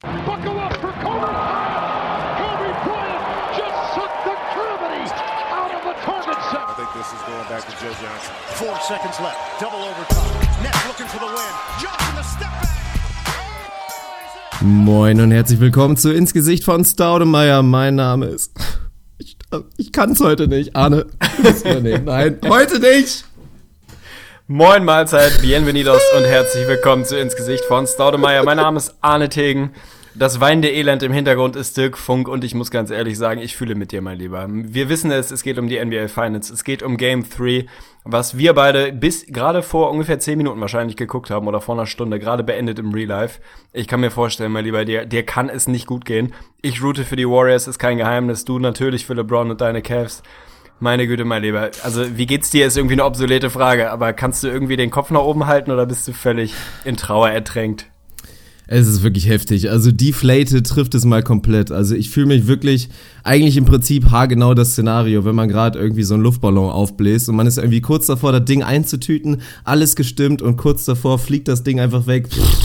Buckle up for Kobe Bryant. Kobe Bryant just sucked the gravity out of the target set. I think this is going back to Joe Johnson. 4 seconds left. Double overtime. Nets looking for the win. Johnson the step back. Moin und herzlich willkommen zu Ins Gesicht von Staudemeyer. Mein Name ist... Ich kann es heute nicht. Arne, du bist übernehmen. Nein, heute nicht. Moin Mahlzeit, bienvenidos und herzlich willkommen zu Ins Gesicht von Staudemeyer. Mein Name ist Arne Tegen. Das weinende Elend im Hintergrund ist Dirk Funk und ich muss ganz ehrlich sagen, ich fühle mit dir, mein Lieber. Wir wissen es geht um die NBA Finals, es geht um Game 3, was wir beide bis gerade vor ungefähr 10 Minuten wahrscheinlich geguckt haben oder vor einer Stunde, gerade beendet im Real Life. Ich kann mir vorstellen, mein Lieber, dir kann es nicht gut gehen. Ich route für die Warriors, ist kein Geheimnis, du natürlich für LeBron und deine Cavs. Meine Güte, mein Lieber. Also, wie geht's dir, ist irgendwie eine obsolete Frage, aber kannst du irgendwie den Kopf nach oben halten oder bist du völlig in Trauer ertränkt? Es ist wirklich heftig. Also deflated trifft es mal komplett. Also ich fühle mich wirklich eigentlich im Prinzip haargenau das Szenario, wenn man gerade irgendwie so einen Luftballon aufbläst und man ist irgendwie kurz davor, das Ding einzutüten, alles gestimmt und kurz davor fliegt das Ding einfach weg.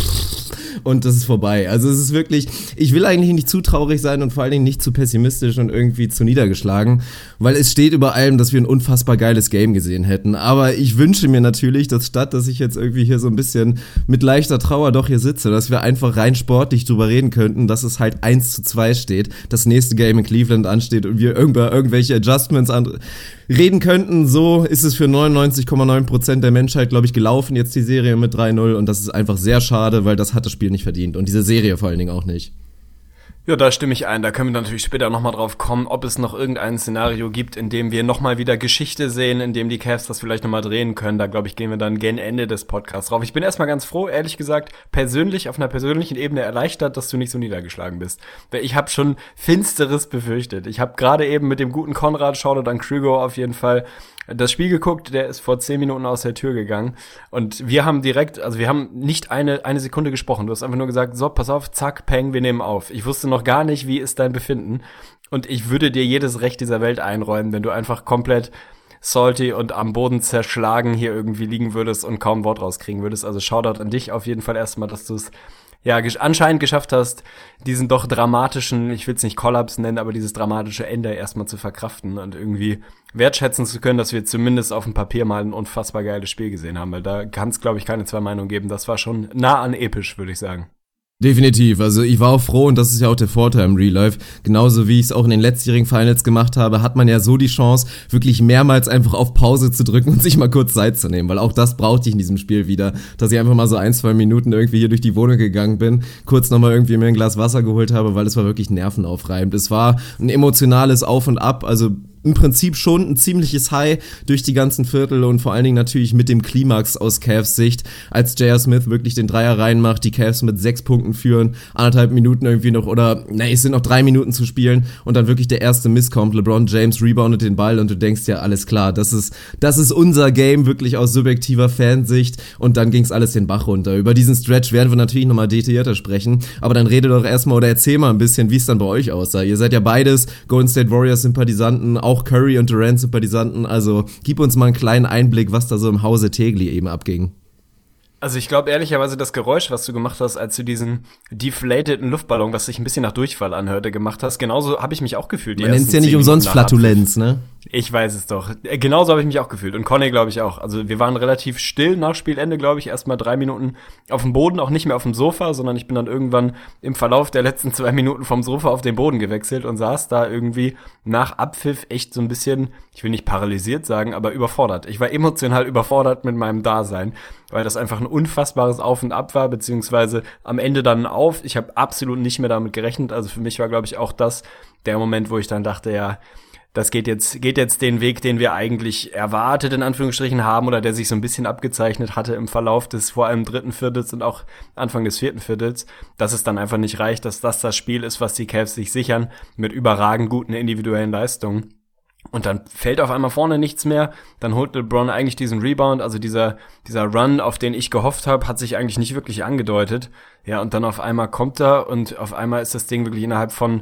Und das ist vorbei. Also es ist wirklich, ich will eigentlich nicht zu traurig sein und vor allen Dingen nicht zu pessimistisch und irgendwie zu niedergeschlagen, weil es steht über allem, dass wir ein unfassbar geiles Game gesehen hätten. Aber ich wünsche mir natürlich, dass statt, dass ich jetzt irgendwie hier so ein bisschen mit leichter Trauer doch hier sitze, dass wir einfach rein sportlich drüber reden könnten, dass es halt 1:2 steht, das nächste Game in Cleveland ansteht und wir irgendwelche Adjustments reden könnten. So ist es für 99,9% der Menschheit, glaube ich, gelaufen, jetzt die Serie mit 3-0 und das ist einfach sehr schade, weil das hat das Spiel nicht verdient und diese Serie vor allen Dingen auch nicht. Ja, da stimme ich ein. Da können wir natürlich später nochmal drauf kommen, ob es noch irgendein Szenario gibt, in dem wir nochmal wieder Geschichte sehen, in dem die Cavs das vielleicht nochmal drehen können. Da, glaube ich, gehen wir dann gen Ende des Podcasts drauf. Ich bin erstmal ganz froh, ehrlich gesagt, auf einer persönlichen Ebene erleichtert, dass du nicht so niedergeschlagen bist. Weil ich habe schon Finsteres befürchtet. Ich habe gerade eben mit dem guten Konrad, Shoutout an Krüger auf jeden Fall, das Spiel geguckt, der ist vor 10 Minuten aus der Tür gegangen und wir haben nicht eine Sekunde gesprochen. Du hast einfach nur gesagt, so, pass auf, zack, peng, wir nehmen auf. Ich wusste noch gar nicht, wie ist dein Befinden und ich würde dir jedes Recht dieser Welt einräumen, wenn du einfach komplett salty und am Boden zerschlagen hier irgendwie liegen würdest und kaum ein Wort rauskriegen würdest. Also Shoutout an dich auf jeden Fall erstmal, dass du es anscheinend geschafft hast, diesen doch dramatischen, ich will es nicht Kollaps nennen, aber dieses dramatische Ende erstmal zu verkraften und irgendwie wertschätzen zu können, dass wir zumindest auf dem Papier mal ein unfassbar geiles Spiel gesehen haben, weil da kann es, glaube ich, keine zwei Meinungen geben. Das war schon nah an episch, würde ich sagen. Definitiv, also ich war auch froh und das ist ja auch der Vorteil im Real Life, genauso wie ich es auch in den letztjährigen Finals gemacht habe, hat man ja so die Chance, wirklich mehrmals einfach auf Pause zu drücken und sich mal kurz Zeit zu nehmen, weil auch das brauchte ich in diesem Spiel wieder, dass ich einfach mal so 1-2 Minuten irgendwie hier durch die Wohnung gegangen bin, kurz nochmal irgendwie mir ein Glas Wasser geholt habe, weil es war wirklich nervenaufreibend. Es war ein emotionales Auf und Ab, also im Prinzip schon ein ziemliches High durch die ganzen Viertel und vor allen Dingen natürlich mit dem Klimax aus Cavs Sicht, als J.R. Smith wirklich den Dreier reinmacht, die Cavs mit 6 Punkten führen, 1,5 Minuten irgendwie noch es sind noch 3 Minuten zu spielen und dann wirklich der erste Miss kommt, LeBron James reboundet den Ball und du denkst ja, alles klar, das ist unser Game, wirklich aus subjektiver Fansicht und dann ging's alles den Bach runter. Über diesen Stretch werden wir natürlich nochmal detaillierter sprechen, aber dann rede doch erstmal oder erzähl mal ein bisschen, wie es dann bei euch aussah. Ihr seid ja beides Golden State Warriors Sympathisanten, auch Curry und Durant Sympathisanten, also gib uns mal einen kleinen Einblick, was da so im Hause Tegli eben abging. Also ich glaube ehrlicherweise, das Geräusch, was du gemacht hast, als du diesen deflateden Luftballon, was sich ein bisschen nach Durchfall anhörte, gemacht hast, genauso habe ich mich auch gefühlt. Man nennt es ja nicht umsonst Flatulenz, ne? Ich weiß es doch. Genauso habe ich mich auch gefühlt. Und Conny, glaube ich, auch. Also wir waren relativ still nach Spielende, glaube ich. Erstmal 3 Minuten auf dem Boden, auch nicht mehr auf dem Sofa, sondern ich bin dann irgendwann im Verlauf der letzten 2 Minuten vom Sofa auf den Boden gewechselt und saß da irgendwie nach Abpfiff echt so ein bisschen, ich will nicht paralysiert sagen, aber überfordert. Ich war emotional überfordert mit meinem Dasein, weil das einfach ein unfassbares Auf und Ab war, beziehungsweise am Ende dann auf. Ich habe absolut nicht mehr damit gerechnet. Also für mich war, glaube ich, auch das der Moment, wo ich dann dachte, ja, das geht jetzt den Weg, den wir eigentlich erwartet, in Anführungsstrichen haben, oder der sich so ein bisschen abgezeichnet hatte im Verlauf des vor allem 3. Viertels und auch Anfang des 4. Viertels, dass es dann einfach nicht reicht, dass das Spiel ist, was die Cavs sich sichern, mit überragend guten individuellen Leistungen. Und dann fällt auf einmal vorne nichts mehr, dann holt LeBron eigentlich diesen Rebound, also dieser Run, auf den ich gehofft habe, hat sich eigentlich nicht wirklich angedeutet. Ja, und dann auf einmal kommt er und auf einmal ist das Ding wirklich innerhalb von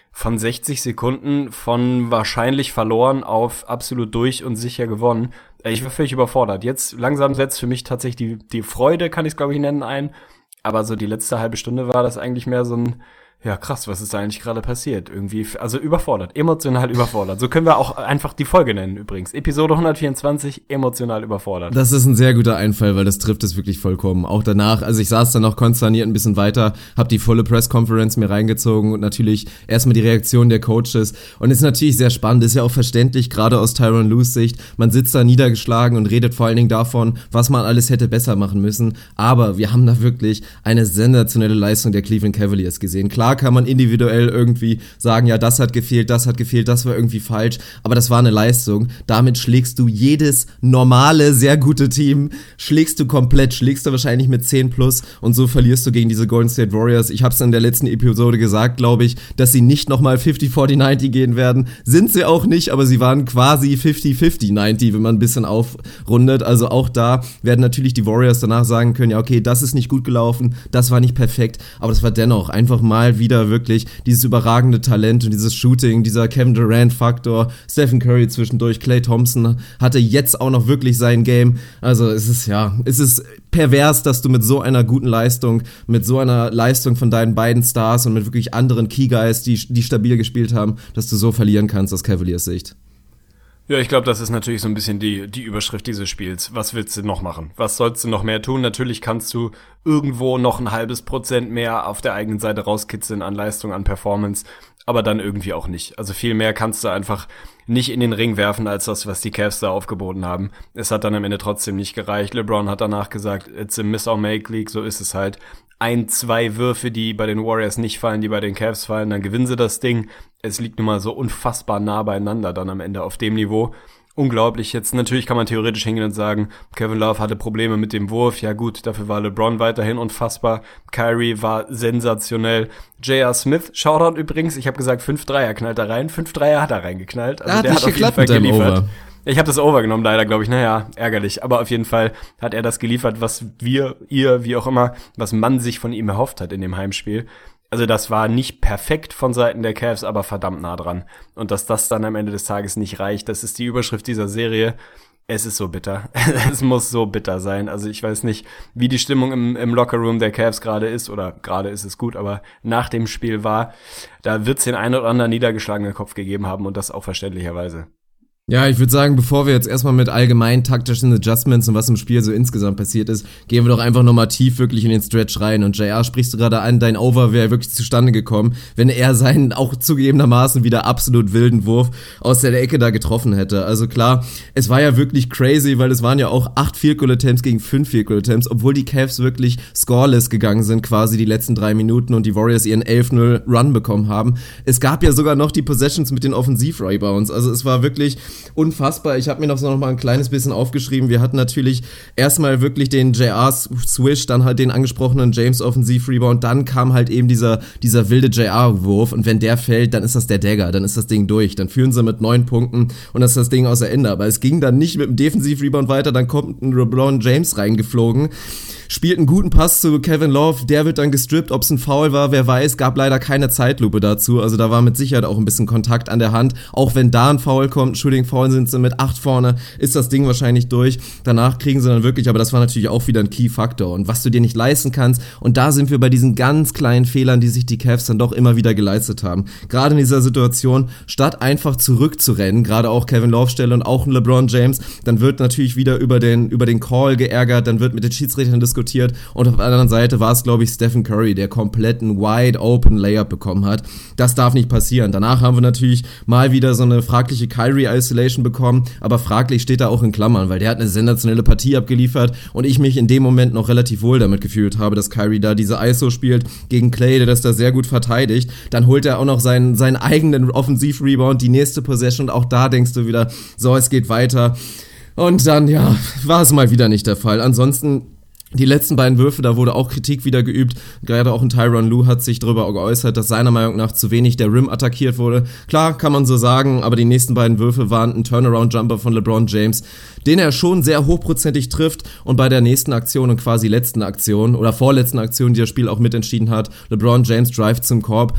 60 Sekunden von wahrscheinlich verloren auf absolut durch und sicher gewonnen. Ich war völlig überfordert. Jetzt langsam setzt für mich tatsächlich die Freude, kann ich es glaube ich nennen, ein. Aber so die letzte halbe Stunde war das eigentlich mehr so ein, ja krass, was ist da eigentlich gerade passiert? Irgendwie, also überfordert, emotional überfordert. So können wir auch einfach die Folge nennen übrigens. Episode 124, emotional überfordert. Das ist ein sehr guter Einfall, weil das trifft es wirklich vollkommen. Auch danach, also ich saß dann noch konsterniert ein bisschen weiter, hab die volle Press-Conference mir reingezogen und natürlich erstmal die Reaktion der Coaches. Und ist natürlich sehr spannend, ist ja auch verständlich, gerade aus Tyronn Lues Sicht. Man sitzt da niedergeschlagen und redet vor allen Dingen davon, was man alles hätte besser machen müssen. Aber wir haben da wirklich eine sensationelle Leistung der Cleveland Cavaliers gesehen. Klar kann man individuell irgendwie sagen, ja, das hat gefehlt, das war irgendwie falsch, aber das war eine Leistung. Damit schlägst du jedes normale, sehr gute Team, schlägst du wahrscheinlich mit 10+ und so verlierst du gegen diese Golden State Warriors. Ich habe es in der letzten Episode gesagt, glaube ich, dass sie nicht nochmal 50-40-90 gehen werden. Sind sie auch nicht, aber sie waren quasi 50-50-90, wenn man ein bisschen aufrundet. Also auch da werden natürlich die Warriors danach sagen können, ja, okay, das ist nicht gut gelaufen, das war nicht perfekt, aber das war dennoch einfach mal wieder wirklich dieses überragende Talent und dieses Shooting, dieser Kevin Durant-Faktor, Stephen Curry zwischendurch, Klay Thompson hatte jetzt auch noch wirklich sein Game. Also es ist pervers, dass du mit so einer guten Leistung, mit so einer Leistung von deinen beiden Stars und mit wirklich anderen Key-Guys, die stabil gespielt haben, dass du so verlieren kannst aus Cavaliers Sicht. Ja, ich glaube, das ist natürlich so ein bisschen die Überschrift dieses Spiels. Was willst du noch machen? Was sollst du noch mehr tun? Natürlich kannst du irgendwo noch ein halbes Prozent mehr auf der eigenen Seite rauskitzeln an Leistung, an Performance, aber dann irgendwie auch nicht. Also viel mehr kannst du einfach nicht in den Ring werfen, als das, was die Cavs da aufgeboten haben. Es hat dann am Ende trotzdem nicht gereicht. LeBron hat danach gesagt, it's a miss-or-make-League, so ist es halt. 1-2 Würfe, die bei den Warriors nicht fallen, die bei den Cavs fallen, dann gewinnen sie das Ding. Es liegt nun mal so unfassbar nah beieinander dann am Ende auf dem Niveau. Unglaublich. Jetzt natürlich kann man theoretisch hingehen und sagen, Kevin Love hatte Probleme mit dem Wurf. Ja gut, dafür war LeBron weiterhin unfassbar. Kyrie war sensationell. J.R. Smith, Shoutout übrigens, ich habe gesagt 5 Dreier knallt er rein. 5 Dreier hat er reingeknallt. Also der hat auf jeden Fall geliefert. Ich habe das overgenommen leider, glaube ich. Naja, ärgerlich. Aber auf jeden Fall hat er das geliefert, was wie auch immer, was man sich von ihm erhofft hat in dem Heimspiel. Also das war nicht perfekt von Seiten der Cavs, aber verdammt nah dran. Und dass das dann am Ende des Tages nicht reicht, das ist die Überschrift dieser Serie. Es ist so bitter. Es muss so bitter sein. Also ich weiß nicht, wie die Stimmung im Lockerroom der Cavs gerade ist, oder gerade ist es gut, aber nach dem Spiel war, da wird's den einen oder anderen niedergeschlagenen Kopf gegeben haben und das auch verständlicherweise. Ja, ich würde sagen, bevor wir jetzt erstmal mit allgemeinen taktischen Adjustments und was im Spiel so insgesamt passiert ist, gehen wir doch einfach nochmal tief wirklich in den Stretch rein. Und JR, sprichst du gerade an, dein Over wäre wirklich zustande gekommen, wenn er seinen auch zugegebenermaßen wieder absolut wilden Wurf aus der Ecke da getroffen hätte. Also klar, es war ja wirklich crazy, weil es waren ja auch 8 Field Goal Attempts gegen 5 Field Goal Attempts, obwohl die Cavs wirklich scoreless gegangen sind, quasi die letzten 3 Minuten und die Warriors ihren 11-0 Run bekommen haben. Es gab ja sogar noch die Possessions mit den Offensiv-Rebounds. Also es war wirklich unfassbar. Ich habe mir noch mal ein kleines bisschen aufgeschrieben. Wir hatten natürlich erstmal wirklich den JR-Swish, dann halt den angesprochenen James-Offensiv-Rebound, dann kam halt eben dieser wilde JR-Wurf und wenn der fällt, dann ist das der Dagger, dann ist das Ding durch. Dann führen sie mit 9 Punkten und das ist das Ding außer Ende. Aber es ging dann nicht mit dem Defensiv-Rebound weiter, dann kommt ein LeBron James reingeflogen, spielt einen guten Pass zu Kevin Love, der wird dann gestrippt, ob es ein Foul war, wer weiß, gab leider keine Zeitlupe dazu, also da war mit Sicherheit auch ein bisschen Kontakt an der Hand, auch wenn da ein Foul kommt, Shooting Foul sind sie mit 8 vorne, ist das Ding wahrscheinlich durch, danach kriegen sie dann wirklich, aber das war natürlich auch wieder ein Key-Faktor und was du dir nicht leisten kannst und da sind wir bei diesen ganz kleinen Fehlern, die sich die Cavs dann doch immer wieder geleistet haben, gerade in dieser Situation, statt einfach zurückzurennen, gerade auch Kevin Love Stelle und auch ein LeBron James, dann wird natürlich wieder über den Call geärgert, dann wird mit den Schiedsrichtern diskutiert und auf der anderen Seite war es, glaube ich, Stephen Curry, der kompletten wide-open Layup bekommen hat. Das darf nicht passieren. Danach haben wir natürlich mal wieder so eine fragliche Kyrie-Isolation bekommen, aber fraglich steht da auch in Klammern, weil der hat eine sensationelle Partie abgeliefert und ich mich in dem Moment noch relativ wohl damit gefühlt habe, dass Kyrie da diese ISO spielt gegen Klay, der das da sehr gut verteidigt. Dann holt er auch noch seinen eigenen Offensiv-Rebound, die nächste Possession und auch da denkst du wieder, so, es geht weiter. Und dann, ja, war es mal wieder nicht der Fall. Ansonsten die letzten beiden Würfe, da wurde auch Kritik wieder geübt. Gerade auch ein Tyronn Lue hat sich darüber geäußert, dass seiner Meinung nach zu wenig der Rim attackiert wurde. Klar, kann man so sagen, aber die nächsten beiden Würfe waren ein Turnaround-Jumper von LeBron James, den er schon sehr hochprozentig trifft und bei der nächsten Aktion und quasi letzten Aktion oder vorletzten Aktion, die das Spiel auch mitentschieden hat, LeBron James Drive zum Korb.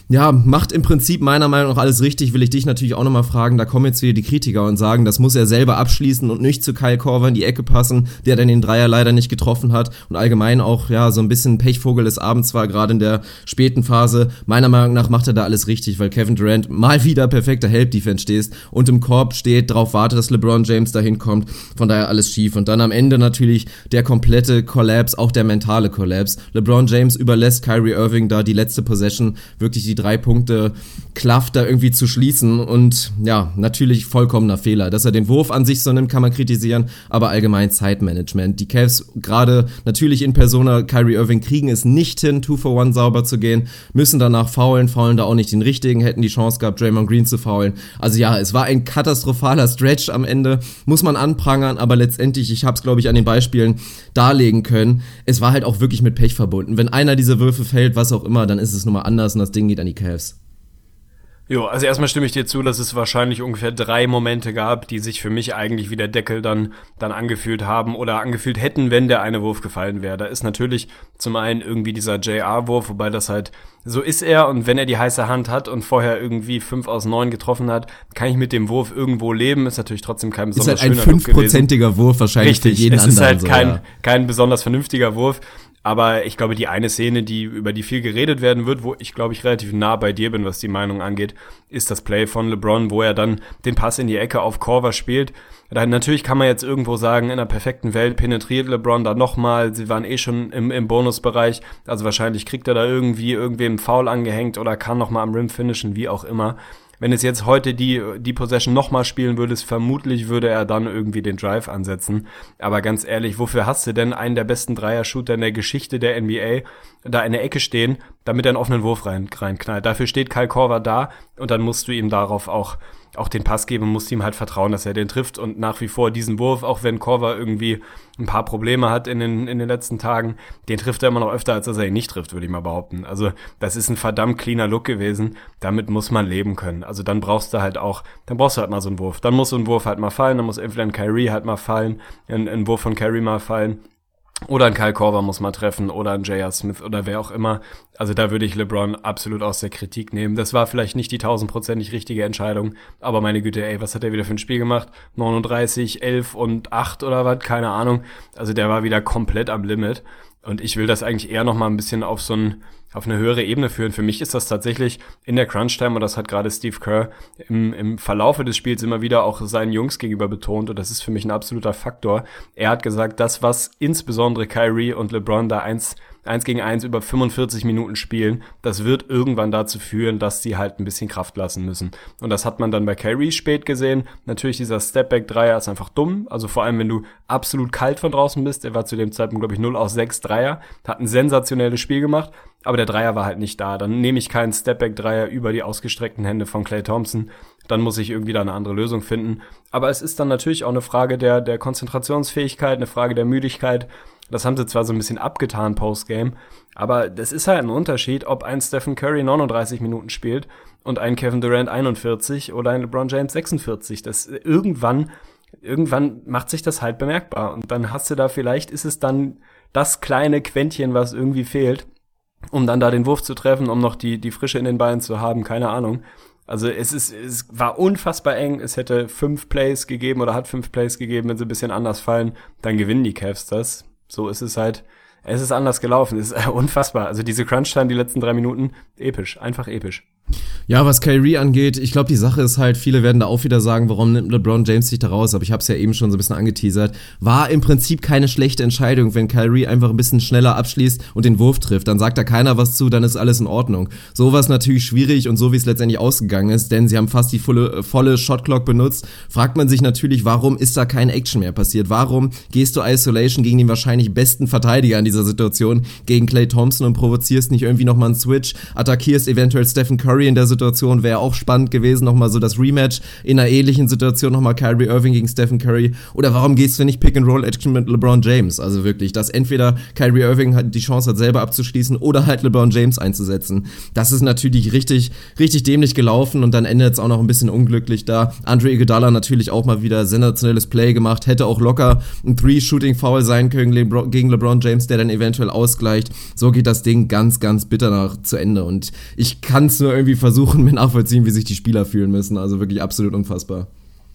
Ja, macht im Prinzip meiner Meinung nach alles richtig, will ich dich natürlich auch nochmal fragen, da kommen jetzt wieder die Kritiker und sagen, das muss er selber abschließen und nicht zu Kyle Korver in die Ecke passen, der dann den Dreier leider nicht getroffen hat und allgemein auch, ja, so ein bisschen Pechvogel des Abends war, gerade in der späten Phase. Meiner Meinung nach macht er da alles richtig, weil Kevin Durant mal wieder perfekter Help-Defense steht und im Korb steht, darauf wartet, dass LeBron James dahin kommt, von daher alles schief und dann am Ende natürlich der komplette Collapse, auch der mentale Collapse. LeBron James überlässt Kyrie Irving da die letzte Possession, wirklich die 3 Punkte Kluft da irgendwie zu schließen und ja, natürlich vollkommener Fehler. Dass er den Wurf an sich so nimmt, kann man kritisieren, aber allgemein Zeitmanagement. Die Cavs gerade natürlich in Persona Kyrie Irving kriegen es nicht hin, 2-for-1 sauber zu gehen, müssen danach faulen da auch nicht den richtigen, hätten die Chance gehabt, Draymond Green zu faulen. Also ja, es war ein katastrophaler Stretch am Ende, muss man anprangern, aber letztendlich, ich habe es glaube ich an den Beispielen darlegen können, es war halt auch wirklich mit Pech verbunden. Wenn einer dieser Würfe fällt, was auch immer, dann ist es nun mal anders und das Ding geht an die Cavs. Jo, also erstmal stimme ich dir zu, dass es wahrscheinlich ungefähr 3 Momente gab, die sich für mich eigentlich wie der Deckel dann angefühlt haben oder angefühlt hätten, wenn der eine Wurf gefallen wäre. Da ist natürlich zum einen irgendwie dieser JR-Wurf, wobei das halt, so ist er und wenn er die heiße Hand hat und vorher irgendwie 5 aus 9 getroffen hat, kann ich mit dem Wurf irgendwo leben, ist natürlich trotzdem kein besonders schöner Wurf gewesen. Ist halt ein 5%iger Wurf wahrscheinlich für jeden anderen. Richtig, es ist halt kein besonders vernünftiger Wurf. Aber ich glaube, die eine Szene, über die viel geredet werden wird, wo ich, glaube ich, relativ nah bei dir bin, was die Meinung angeht, ist das Play von LeBron, wo er dann den Pass in die Ecke auf Korver spielt. Dann natürlich kann man jetzt irgendwo sagen, in einer perfekten Welt penetriert LeBron da nochmal, sie waren schon im Bonusbereich, also wahrscheinlich kriegt er da irgendwem einen Foul angehängt oder kann nochmal am Rim finishen, wie auch immer. Wenn es jetzt heute die Possession nochmal spielen würde, vermutlich würde er dann irgendwie den Drive ansetzen. Aber ganz ehrlich, wofür hast du denn einen der besten Dreier-Shooter in der Geschichte der NBA da in der Ecke stehen, damit er einen offenen Wurf reinknallt? Dafür steht Kyle Korver da und dann musst du ihm darauf auch den Pass geben, musst ihm halt vertrauen, dass er den trifft und nach wie vor diesen Wurf, auch wenn Korver irgendwie ein paar Probleme hat in den letzten Tagen, den trifft er immer noch öfter, als dass er ihn nicht trifft, würde ich mal behaupten. Also das ist ein verdammt cleaner Look gewesen, damit muss man leben können. Also dann brauchst du halt mal so einen Wurf. Dann muss so ein Wurf halt mal fallen, dann muss entweder ein Kyrie halt mal fallen, ein Wurf von Kyrie mal fallen. Oder ein Kyle Korver muss man treffen oder ein J.R. Smith oder wer auch immer. Also da würde ich LeBron absolut aus der Kritik nehmen. Das war vielleicht nicht die 1000% richtige Entscheidung, aber meine Güte, was hat er wieder für ein Spiel gemacht? 39, 11 und 8 oder was? Keine Ahnung. Also der war wieder komplett am Limit. Und ich will das eigentlich eher nochmal ein bisschen auf eine höhere Ebene führen. Für mich ist das tatsächlich in der Crunch-Time, und das hat gerade Steve Kerr im Verlaufe des Spiels immer wieder auch seinen Jungs gegenüber betont, und das ist für mich ein absoluter Faktor. Er hat gesagt, das, was insbesondere Kyrie und LeBron da 1 gegen 1 über 45 Minuten spielen, das wird irgendwann dazu führen, dass sie halt ein bisschen Kraft lassen müssen. Und das hat man dann bei Kyrie spät gesehen. Natürlich dieser Stepback-Dreier ist einfach dumm. Also vor allem, wenn du absolut kalt von draußen bist. Er war zu dem Zeitpunkt, glaube ich, 0 aus 6 Dreier. Hat ein sensationelles Spiel gemacht, aber der Dreier war halt nicht da. Dann nehme ich keinen Stepback-Dreier über die ausgestreckten Hände von Klay Thompson. Dann muss ich irgendwie da eine andere Lösung finden. Aber es ist dann natürlich auch eine Frage der Konzentrationsfähigkeit, eine Frage der Müdigkeit. Das haben sie zwar so ein bisschen abgetan Postgame, aber das ist halt ein Unterschied, ob ein Stephen Curry 39 Minuten spielt und ein Kevin Durant 41 oder ein LeBron James 46. Das irgendwann macht sich das halt bemerkbar. Und dann hast du da vielleicht, ist es dann das kleine Quäntchen, was irgendwie fehlt, um dann da den Wurf zu treffen, um noch die Frische in den Beinen zu haben, keine Ahnung. Also es war unfassbar eng, es hätte 5 Plays gegeben oder hat 5 Plays gegeben, wenn sie ein bisschen anders fallen, dann gewinnen die Cavs das. So ist es halt, es ist anders gelaufen, es ist unfassbar. Also diese Crunch-Time, die letzten 3 Minuten, episch, einfach episch. Ja, was Kyrie angeht, ich glaube, die Sache ist halt, viele werden da auch wieder sagen, warum nimmt LeBron James sich da raus, aber ich habe es ja eben schon so ein bisschen angeteasert, war im Prinzip keine schlechte Entscheidung, wenn Kyrie einfach ein bisschen schneller abschließt und den Wurf trifft, dann sagt da keiner was zu, dann ist alles in Ordnung. So war es natürlich schwierig und so wie es letztendlich ausgegangen ist, denn sie haben fast die volle Shotclock benutzt, fragt man sich natürlich, warum ist da keine Action mehr passiert, warum gehst du Isolation gegen den wahrscheinlich besten Verteidiger in dieser Situation, gegen Klay Thompson und provozierst nicht irgendwie nochmal einen Switch, attackierst eventuell Stephen Curry in der Situation Situation wäre auch spannend gewesen, nochmal so das Rematch in einer ähnlichen Situation, nochmal Kyrie Irving gegen Stephen Curry. Oder warum gehst du nicht Pick-and-Roll-Action mit LeBron James? Also wirklich, dass entweder Kyrie Irving die Chance hat, selber abzuschließen oder halt LeBron James einzusetzen. Das ist natürlich richtig, richtig dämlich gelaufen und dann endet es auch noch ein bisschen unglücklich da. Andre Iguodala natürlich auch mal wieder sensationelles Play gemacht, hätte auch locker ein 3-Shooting-Foul sein können gegen LeBron James, der dann eventuell ausgleicht. So geht das Ding ganz, ganz bitter zu Ende und ich kann es nur irgendwie versuchen, mir nachvollziehen, wie sich die Spieler fühlen müssen. Also wirklich absolut unfassbar.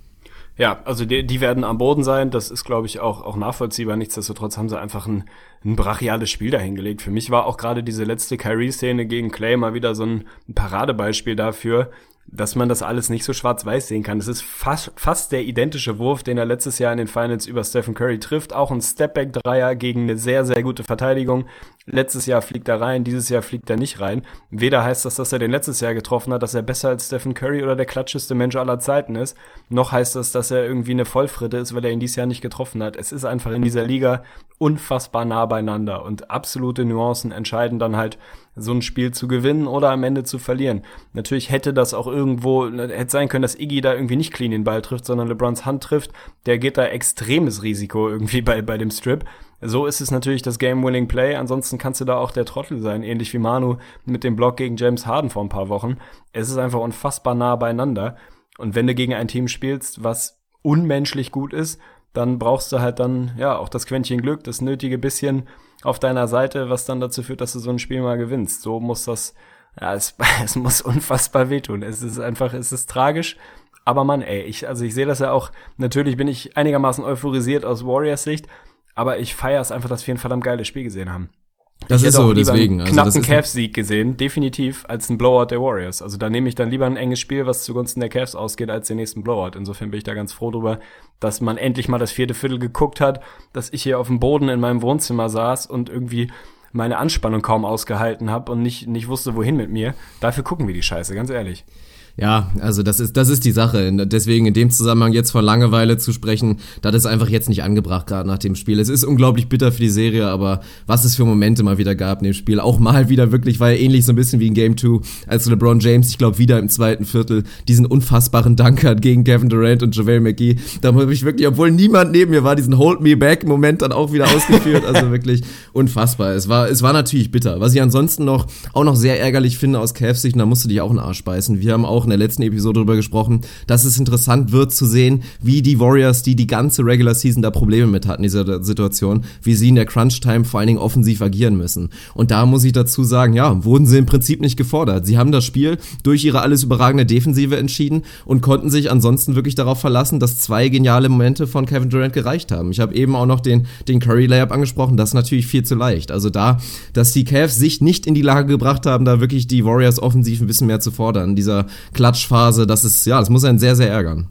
Ja, also die werden am Boden sein, das ist, glaube ich, auch nachvollziehbar. Nichtsdestotrotz haben sie einfach ein brachiales Spiel dahingelegt. Für mich war auch gerade diese letzte Kyrie-Szene gegen Clay mal wieder so ein Paradebeispiel dafür, dass man das alles nicht so schwarz-weiß sehen kann. Es ist fast der identische Wurf, den er letztes Jahr in den Finals über Stephen Curry trifft. Auch ein Stepback-Dreier gegen eine sehr, sehr gute Verteidigung. Letztes Jahr fliegt er rein, dieses Jahr fliegt er nicht rein. Weder heißt das, dass er den letztes Jahr getroffen hat, dass er besser als Stephen Curry oder der klatscheste Mensch aller Zeiten ist. Noch heißt das, dass er irgendwie eine Vollfritte ist, weil er ihn dieses Jahr nicht getroffen hat. Es ist einfach in dieser Liga unfassbar nah beieinander und absolute Nuancen entscheiden dann halt, so ein Spiel zu gewinnen oder am Ende zu verlieren. Natürlich hätte das auch irgendwo, hätte sein können, dass Iggy da irgendwie nicht clean den Ball trifft, sondern LeBrons Hand trifft. Der geht da extremes Risiko irgendwie bei dem Strip. So ist es natürlich das Game-Winning-Play. Ansonsten kannst du da auch der Trottel sein, ähnlich wie Manu mit dem Block gegen James Harden vor ein paar Wochen. Es ist einfach unfassbar nah beieinander. Und wenn du gegen ein Team spielst, was unmenschlich gut ist, dann brauchst du halt dann, ja, auch das Quäntchen Glück, das nötige bisschen auf deiner Seite, was dann dazu führt, dass du so ein Spiel mal gewinnst. So muss das, ja, es muss unfassbar wehtun. Es ist tragisch. Aber Mann, ich sehe das ja auch, natürlich bin ich einigermaßen euphorisiert aus Warriors Sicht, aber ich feiere es einfach, dass wir ein verdammt geiles Spiel gesehen haben. Das ist so, deswegen. Ich hätte auch lieber einen knappen Cavs-Sieg gesehen, definitiv, als ein Blowout der Warriors. Also da nehme ich dann lieber ein enges Spiel, was zugunsten der Cavs ausgeht, als den nächsten Blowout. Insofern bin ich da ganz froh drüber, dass man endlich mal das 4. Viertel geguckt hat, dass ich hier auf dem Boden in meinem Wohnzimmer saß und irgendwie meine Anspannung kaum ausgehalten habe und nicht wusste, wohin mit mir. Dafür gucken wir die Scheiße, ganz ehrlich. Ja, also das ist die Sache. Deswegen in dem Zusammenhang jetzt von Langeweile zu sprechen, das ist einfach jetzt nicht angebracht, gerade nach dem Spiel. Es ist unglaublich bitter für die Serie, aber was es für Momente mal wieder gab in dem Spiel. Auch mal wieder wirklich, war ja ähnlich so ein bisschen wie in Game 2, als LeBron James, ich glaube wieder im zweiten Viertel, diesen unfassbaren Dank hat gegen Kevin Durant und JaVale McGee. Da habe ich wirklich, obwohl niemand neben mir war, diesen Hold Me Back Moment dann auch wieder ausgeführt. Also wirklich unfassbar. Es war natürlich bitter. Was ich ansonsten auch noch sehr ärgerlich finde aus Cavs Sicht, und da musst du dich auch einen Arsch beißen. Wir haben auch in der letzten Episode darüber gesprochen, dass es interessant wird zu sehen, wie die Warriors, die ganze Regular Season da Probleme mit hatten in dieser Situation, wie sie in der Crunch-Time vor allen Dingen offensiv agieren müssen. Und da muss ich dazu sagen, ja, wurden sie im Prinzip nicht gefordert. Sie haben das Spiel durch ihre alles überragende Defensive entschieden und konnten sich ansonsten wirklich darauf verlassen, dass 2 geniale Momente von Kevin Durant gereicht haben. Ich habe eben auch noch den Curry-Layup angesprochen, das ist natürlich viel zu leicht. Also da, dass die Cavs sich nicht in die Lage gebracht haben, da wirklich die Warriors offensiv ein bisschen mehr zu fordern. Dieser Klatschphase, das muss einen sehr, sehr ärgern.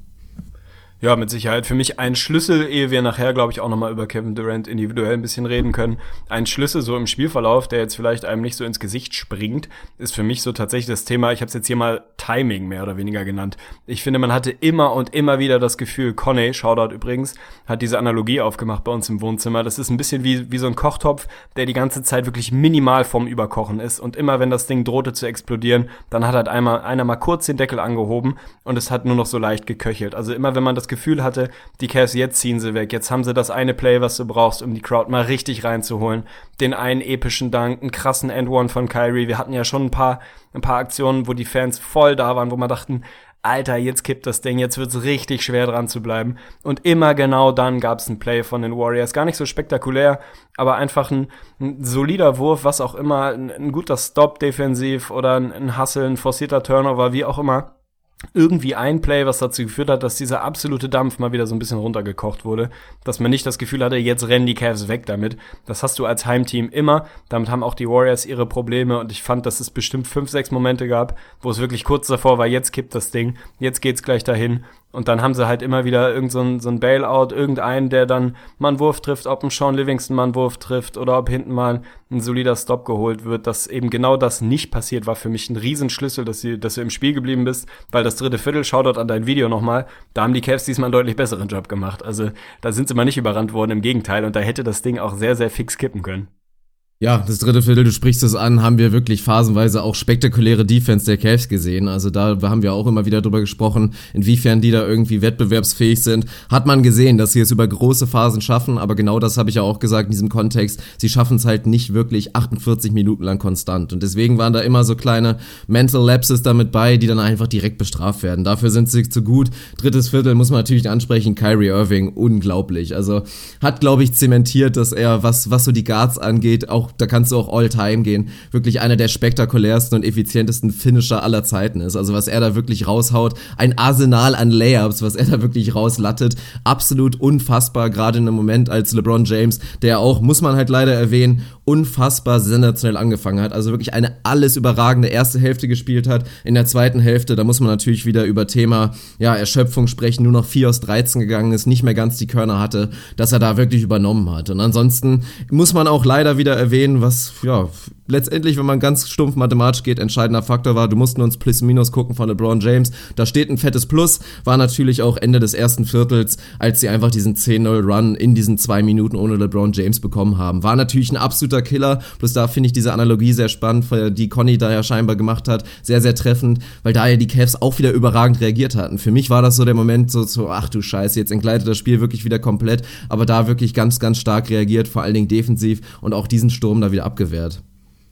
Ja, mit Sicherheit. Für mich ein Schlüssel, ehe wir nachher, glaube ich, auch nochmal über Kevin Durant individuell ein bisschen reden können. Ein Schlüssel so im Spielverlauf, der jetzt vielleicht einem nicht so ins Gesicht springt, ist für mich so tatsächlich das Thema, ich habe es jetzt hier mal Timing mehr oder weniger genannt. Ich finde, man hatte immer und immer wieder das Gefühl, Coney, Shoutout übrigens, hat diese Analogie aufgemacht bei uns im Wohnzimmer. Das ist ein bisschen wie so ein Kochtopf, der die ganze Zeit wirklich minimal vorm Überkochen ist. Und immer, wenn das Ding drohte zu explodieren, dann hat halt einer mal kurz den Deckel angehoben und es hat nur noch so leicht geköchelt. Also immer, wenn man das Gefühl hatte, die Cavs, jetzt ziehen sie weg, jetzt haben sie das eine Play, was du brauchst, um die Crowd mal richtig reinzuholen, den einen epischen Dank, einen krassen End-One von Kyrie, wir hatten ja schon ein paar Aktionen, wo die Fans voll da waren, wo man dachten, Alter, jetzt kippt das Ding, jetzt wird's richtig schwer dran zu bleiben. Und immer genau dann gab's ein Play von den Warriors. Gar nicht so spektakulär, aber einfach ein solider Wurf, was auch immer, ein guter Stop defensiv oder ein Hustle, ein forcierter Turnover, wie auch immer. Irgendwie ein Play, was dazu geführt hat, dass dieser absolute Dampf mal wieder so ein bisschen runtergekocht wurde, dass man nicht das Gefühl hatte, jetzt rennen die Cavs weg damit. Das hast du als Heimteam immer. Damit haben auch die Warriors ihre Probleme und ich fand, dass es bestimmt 5-6 Momente gab, wo es wirklich kurz davor war, jetzt kippt das Ding, jetzt geht's gleich dahin. Und dann haben sie halt immer wieder so ein Bailout, irgendeinen, der dann mal einen Wurf trifft, ob ein Sean Livingston mal einen Wurf trifft oder ob hinten mal ein solider Stop geholt wird. Dass eben genau das nicht passiert, war für mich ein Riesenschlüssel, dass du im Spiel geblieben bist, weil das dritte Viertel, Shoutout an dein Video nochmal, da haben die Cavs diesmal einen deutlich besseren Job gemacht. Also da sind sie mal nicht überrannt worden, im Gegenteil. Und da hätte das Ding auch sehr, sehr fix kippen können. Ja, das dritte Viertel, du sprichst es an, haben wir wirklich phasenweise auch spektakuläre Defense der Cavs gesehen. Also da haben wir auch immer wieder drüber gesprochen, inwiefern die da irgendwie wettbewerbsfähig sind. Hat man gesehen, dass sie es über große Phasen schaffen, aber genau das habe ich ja auch gesagt in diesem Kontext. Sie schaffen es halt nicht wirklich 48 Minuten lang konstant. Und deswegen waren da immer so kleine Mental Lapses damit bei, die dann einfach direkt bestraft werden. Dafür sind sie zu gut. Drittes Viertel muss man natürlich ansprechen, Kyrie Irving, unglaublich. Also hat, glaube ich, zementiert, dass er, was so die Guards angeht, auch da kannst du auch All-Time gehen, wirklich einer der spektakulärsten und effizientesten Finisher aller Zeiten ist. Also was er da wirklich raushaut, ein Arsenal an Layups, was er da wirklich rauslattet, absolut unfassbar, gerade in einem Moment als LeBron James, der auch, muss man halt leider erwähnen, unfassbar sensationell angefangen hat, also wirklich eine alles überragende erste Hälfte gespielt hat. In der zweiten Hälfte, da muss man natürlich wieder über Thema Erschöpfung sprechen, nur noch 4 aus 13 gegangen ist, nicht mehr ganz die Körner hatte, dass er da wirklich übernommen hat. Und ansonsten muss man auch leider wieder erwähnen, was letztendlich, wenn man ganz stumpf mathematisch geht, entscheidender Faktor war. Du musst nur ins Plus-Minus gucken von LeBron James. Da steht ein fettes Plus, war natürlich auch Ende des ersten Viertels, als sie einfach diesen 10-0-Run in diesen 2 Minuten ohne LeBron James bekommen haben. War natürlich ein absoluter Killer, bloß da finde ich diese Analogie sehr spannend, die Conny da ja scheinbar gemacht hat, sehr, sehr treffend, weil da ja die Cavs auch wieder überragend reagiert hatten. Für mich war das so der Moment so, ach du Scheiße, jetzt entgleitet das Spiel wirklich wieder komplett, aber da wirklich ganz, ganz stark reagiert, vor allen Dingen defensiv und auch diesen Sturm da wieder abgewehrt.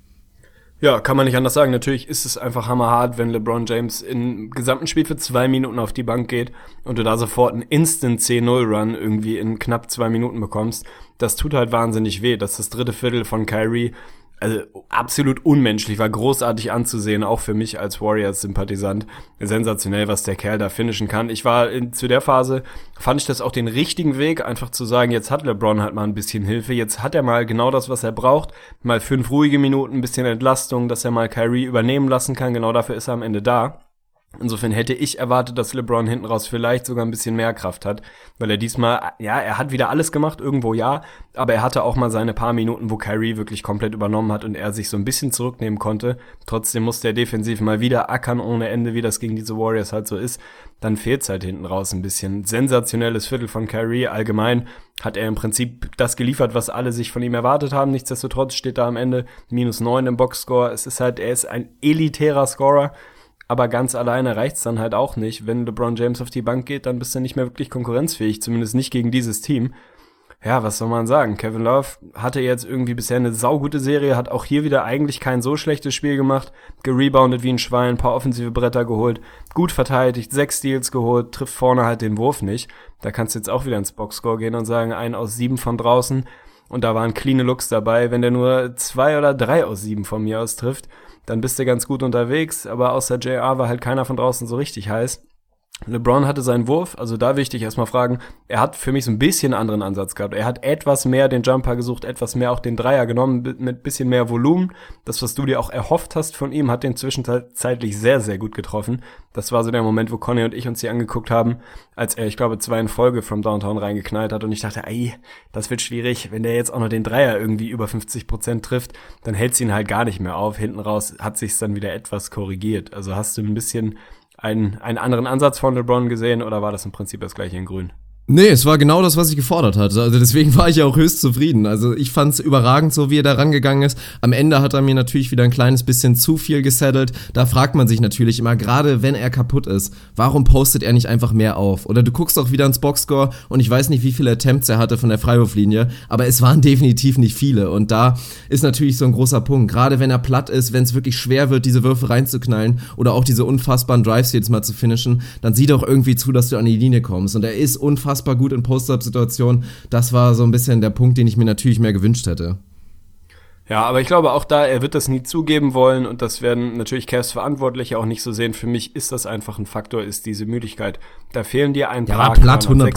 Ja, kann man nicht anders sagen. Natürlich ist es einfach hammerhart, wenn LeBron James im gesamten Spiel für 2 Minuten auf die Bank geht und du da sofort einen Instant 10-0-Run irgendwie in knapp 2 Minuten bekommst. Das tut halt wahnsinnig weh, dass das dritte Viertel von Kyrie also absolut unmenschlich, war großartig anzusehen, auch für mich als Warriors-Sympathisant. Sensationell, was der Kerl da finishen kann. Zu der Phase fand ich das auch den richtigen Weg, einfach zu sagen, jetzt hat LeBron halt mal ein bisschen Hilfe, jetzt hat er mal genau das, was er braucht, mal 5 ruhige Minuten, ein bisschen Entlastung, dass er mal Kyrie übernehmen lassen kann, genau dafür ist er am Ende da. Insofern hätte ich erwartet, dass LeBron hinten raus vielleicht sogar ein bisschen mehr Kraft hat, weil er diesmal, er hat wieder alles gemacht, irgendwo aber er hatte auch mal seine paar Minuten, wo Kyrie wirklich komplett übernommen hat und er sich so ein bisschen zurücknehmen konnte. Trotzdem musste er defensiv mal wieder ackern ohne Ende, wie das gegen diese Warriors halt so ist. Dann fehlt's halt hinten raus ein bisschen. Sensationelles Viertel von Kyrie. Allgemein hat er im Prinzip das geliefert, was alle sich von ihm erwartet haben. Nichtsdestotrotz steht da am Ende -9 im Boxscore. Er ist ein elitärer Scorer. Aber ganz alleine reicht's dann halt auch nicht. Wenn LeBron James auf die Bank geht, dann bist du nicht mehr wirklich konkurrenzfähig, zumindest nicht gegen dieses Team. Ja, was soll man sagen? Kevin Love hatte jetzt irgendwie bisher eine saugute Serie, hat auch hier wieder eigentlich kein so schlechtes Spiel gemacht, gereboundet wie ein Schwein, ein paar offensive Bretter geholt, gut verteidigt, 6 Steals geholt, trifft vorne halt den Wurf nicht. Da kannst du jetzt auch wieder ins Boxscore gehen und sagen, 1 aus 7 von draußen. Und da waren cleane Looks dabei. Wenn der nur 2 oder 3 aus 7 von mir aus trifft, dann bist du ganz gut unterwegs, aber außer JR war halt keiner von draußen so richtig heiß. LeBron hatte seinen Wurf, also da will ich dich erstmal fragen, er hat für mich so ein bisschen einen anderen Ansatz gehabt. Er hat etwas mehr den Jumper gesucht, etwas mehr auch den Dreier genommen, mit bisschen mehr Volumen. Das, was du dir auch erhofft hast von ihm, hat den zwischenzeitlich sehr, sehr gut getroffen. Das war so der Moment, wo Conny und ich uns die angeguckt haben, als er, ich glaube, 2 in Folge from Downtown reingeknallt hat und ich dachte, das wird schwierig, wenn der jetzt auch noch den Dreier irgendwie über 50% trifft, dann hält's ihn halt gar nicht mehr auf. Hinten raus hat sich's dann wieder etwas korrigiert. Also hast du ein bisschen einen anderen Ansatz von LeBron gesehen oder war das im Prinzip das gleiche in Grün? Nee, es war genau das, was ich gefordert hatte. Also deswegen war ich ja auch höchst zufrieden. Also ich fand's überragend, so wie er da rangegangen ist. Am Ende hat er mir natürlich wieder ein kleines bisschen zu viel gesettelt. Da fragt man sich natürlich immer, gerade wenn er kaputt ist, warum postet er nicht einfach mehr auf? Oder du guckst auch wieder ins Boxscore und ich weiß nicht, wie viele Attempts er hatte von der Freiwurflinie, aber es waren definitiv nicht viele. Und da ist natürlich so ein großer Punkt. Gerade wenn er platt ist, wenn es wirklich schwer wird, diese Würfe reinzuknallen oder auch diese unfassbaren Drives jetzt mal zu finishen, dann sieh doch irgendwie zu, dass du an die Linie kommst. Und er ist unfassbar gut in Post-Up-Situationen. Das war so ein bisschen der Punkt, den ich mir natürlich mehr gewünscht hätte. Ja, aber ich glaube auch da, er wird das nie zugeben wollen und das werden natürlich Cavs-Verantwortliche auch nicht so sehen. Für mich ist das einfach ein Faktor, ist diese Müdigkeit. Da fehlen dir ein paar platt 100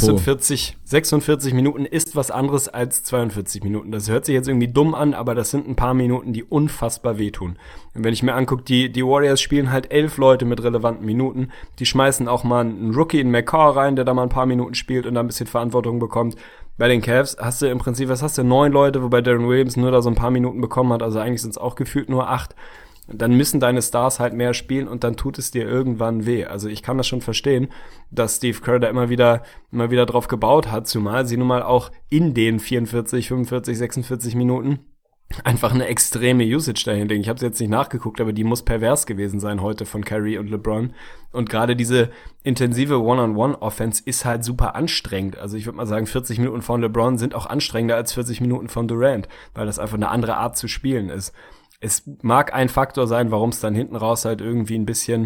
46 Minuten ist was anderes als 42 Minuten. Das hört sich jetzt irgendwie dumm an, aber das sind ein paar Minuten, die unfassbar wehtun. Und wenn ich mir angucke, die Warriors spielen halt 11 Leute mit relevanten Minuten. Die schmeißen auch mal einen Rookie in McCaw rein, der da mal ein paar Minuten spielt und da ein bisschen Verantwortung bekommt. Bei den Cavs hast du im Prinzip, 9 Leute, wobei Darren Williams nur da so ein paar Minuten bekommen hat, also eigentlich sind es auch gefühlt nur 8. Dann müssen deine Stars halt mehr spielen und dann tut es dir irgendwann weh. Also ich kann das schon verstehen, dass Steve Kerr da immer wieder drauf gebaut hat, zumal sie nun mal auch in den 44, 45, 46 Minuten einfach eine extreme Usage dahinter. Ich habe es jetzt nicht nachgeguckt, aber die muss pervers gewesen sein heute von Curry und LeBron. Und gerade diese intensive One-on-One-Offense ist halt super anstrengend. Also ich würde mal sagen, 40 Minuten von LeBron sind auch anstrengender als 40 Minuten von Durant, weil das einfach eine andere Art zu spielen ist. Es mag ein Faktor sein, warum es dann hinten raus halt irgendwie ein bisschen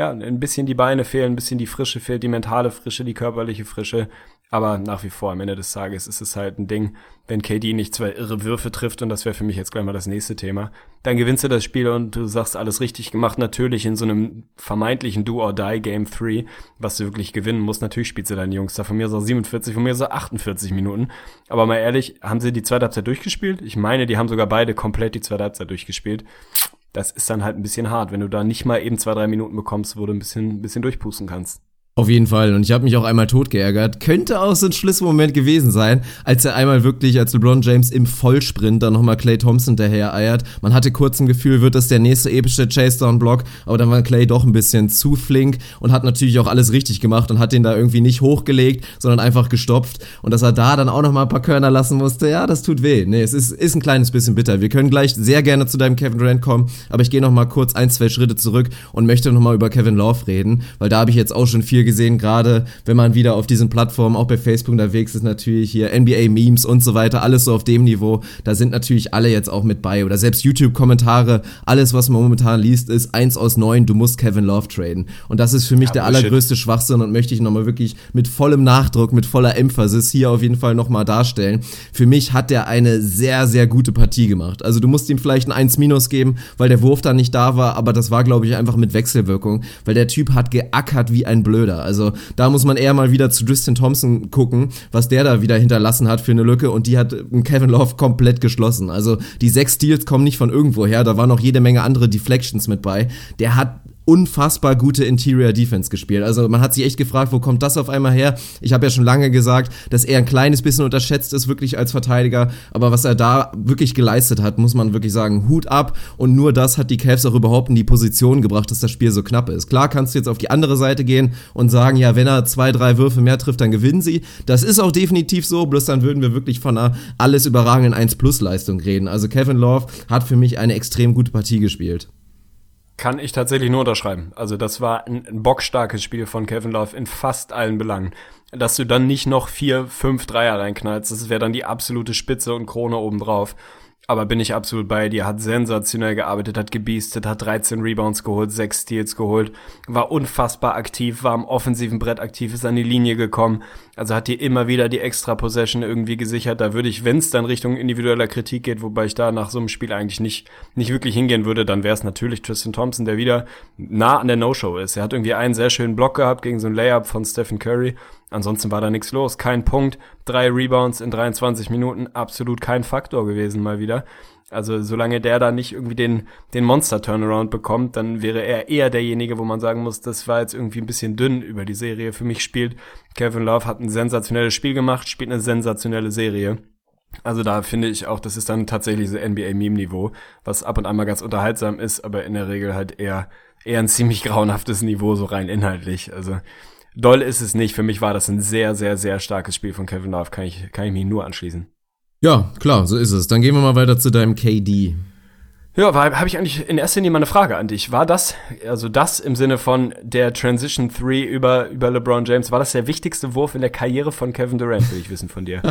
die Beine fehlen, ein bisschen die Frische fehlt, die mentale Frische, die körperliche Frische. Aber nach wie vor, am Ende des Tages ist es halt ein Ding, wenn KD nicht 2 irre Würfe trifft, und das wäre für mich jetzt gleich mal das nächste Thema, dann gewinnst du das Spiel und du sagst, alles richtig gemacht. Natürlich in so einem vermeintlichen Do-or-Die Game 3, was du wirklich gewinnen musst. Natürlich spielst du deine Jungs da von mir so 47, von mir so 48 Minuten. Aber mal ehrlich, haben sie die zweite Halbzeit durchgespielt? Ich meine, die haben sogar beide komplett die zweite Halbzeit durchgespielt. Das ist dann halt ein bisschen hart, wenn du da nicht mal eben 2-3 Minuten bekommst, wo du ein bisschen durchpusten kannst. Auf jeden Fall. Und ich habe mich auch einmal tot geärgert. Könnte auch so ein Schlüsselmoment gewesen sein, als er einmal wirklich, als LeBron James im Vollsprint dann nochmal Klay Thompson hinterher eiert. Man hatte kurz ein Gefühl, wird das der nächste epische Chase-Down-Block, aber dann war Klay doch ein bisschen zu flink und hat natürlich auch alles richtig gemacht und hat den da irgendwie nicht hochgelegt, sondern einfach gestopft. Und dass er da dann auch nochmal ein paar Körner lassen musste, ja, das tut weh. Nee, es ist ein kleines bisschen bitter. Wir können gleich sehr gerne zu deinem Kevin Durant kommen, aber ich gehe nochmal kurz 1-2 Schritte zurück und möchte nochmal über Kevin Love reden, weil da habe ich jetzt auch schon viel gesehen, gerade wenn man wieder auf diesen Plattformen, auch bei Facebook unterwegs ist, natürlich hier NBA-Memes und so weiter, alles so auf dem Niveau, da sind natürlich alle jetzt auch mit bei, oder selbst YouTube-Kommentare, alles, was man momentan liest, ist 1 aus 9, du musst Kevin Love traden. Und das ist für mich der allergrößte Schwachsinn und möchte ich nochmal wirklich mit vollem Nachdruck, mit voller Emphasis hier auf jeden Fall nochmal darstellen. Für mich hat der eine sehr, sehr gute Partie gemacht. Also du musst ihm vielleicht ein 1- geben, weil der Wurf dann nicht da war, aber das war, glaube ich, einfach mit Wechselwirkung, weil der Typ hat geackert wie ein Blöder. Also da muss man eher mal wieder zu Tristan Thompson gucken, was der da wieder hinterlassen hat für eine Lücke, und die hat Kevin Love komplett geschlossen. Also die 6 Steals kommen nicht von irgendwo her, da waren noch jede Menge andere Deflections mit bei. Der hat unfassbar gute Interior Defense gespielt. Also man hat sich echt gefragt, wo kommt das auf einmal her? Ich habe ja schon lange gesagt, dass er ein kleines bisschen unterschätzt ist, wirklich als Verteidiger. Aber was er da wirklich geleistet hat, muss man wirklich sagen, Hut ab. Und nur das hat die Cavs auch überhaupt in die Position gebracht, dass das Spiel so knapp ist. Klar kannst du jetzt auf die andere Seite gehen und sagen, ja, wenn er 2-3 Würfe mehr trifft, dann gewinnen sie. Das ist auch definitiv so, bloß dann würden wir wirklich von einer alles überragenden 1+-Leistung reden. Also Kevin Love hat für mich eine extrem gute Partie gespielt. Kann ich tatsächlich nur unterschreiben. Also das war ein bockstarkes Spiel von Kevin Love in fast allen Belangen. Dass du dann nicht noch 4, 5 Dreier reinknallst, das wäre dann die absolute Spitze und Krone obendrauf. Aber bin ich absolut bei dir, hat sensationell gearbeitet, hat gebiestet, hat 13 Rebounds geholt, 6 Steals geholt, war unfassbar aktiv, war am offensiven Brett aktiv, ist an die Linie gekommen, also hat dir immer wieder die extra Possession irgendwie gesichert. Da würde ich, wenn es dann Richtung individueller Kritik geht, wobei ich da nach so einem Spiel eigentlich nicht wirklich hingehen würde, dann wäre es natürlich Tristan Thompson, der wieder nah an der No-Show ist. Er hat irgendwie einen sehr schönen Block gehabt gegen so ein Layup von Stephen Curry. Ansonsten war da nichts los, kein Punkt, 3 Rebounds in 23 Minuten, absolut kein Faktor gewesen mal wieder. Also solange der da nicht irgendwie den Monster-Turnaround bekommt, dann wäre er eher derjenige, wo man sagen muss, das war jetzt irgendwie ein bisschen dünn über die Serie. Für mich spielt Kevin Love, hat ein sensationelles Spiel gemacht, spielt eine sensationelle Serie. Also da finde ich auch, das ist dann tatsächlich so NBA-Meme-Niveau, was ab und an mal ganz unterhaltsam ist, aber in der Regel halt eher ein ziemlich grauenhaftes Niveau, so rein inhaltlich. Also doll ist es nicht. Für mich war das ein sehr, sehr, sehr starkes Spiel von Kevin Love. Kann ich mich nur anschließen. Ja, klar, so ist es. Dann gehen wir mal weiter zu deinem KD. Ja, habe ich eigentlich in erster Linie mal eine Frage an dich. War das im Sinne von der Transition 3 über LeBron James, war das der wichtigste Wurf in der Karriere von Kevin Durant, will ich wissen von dir?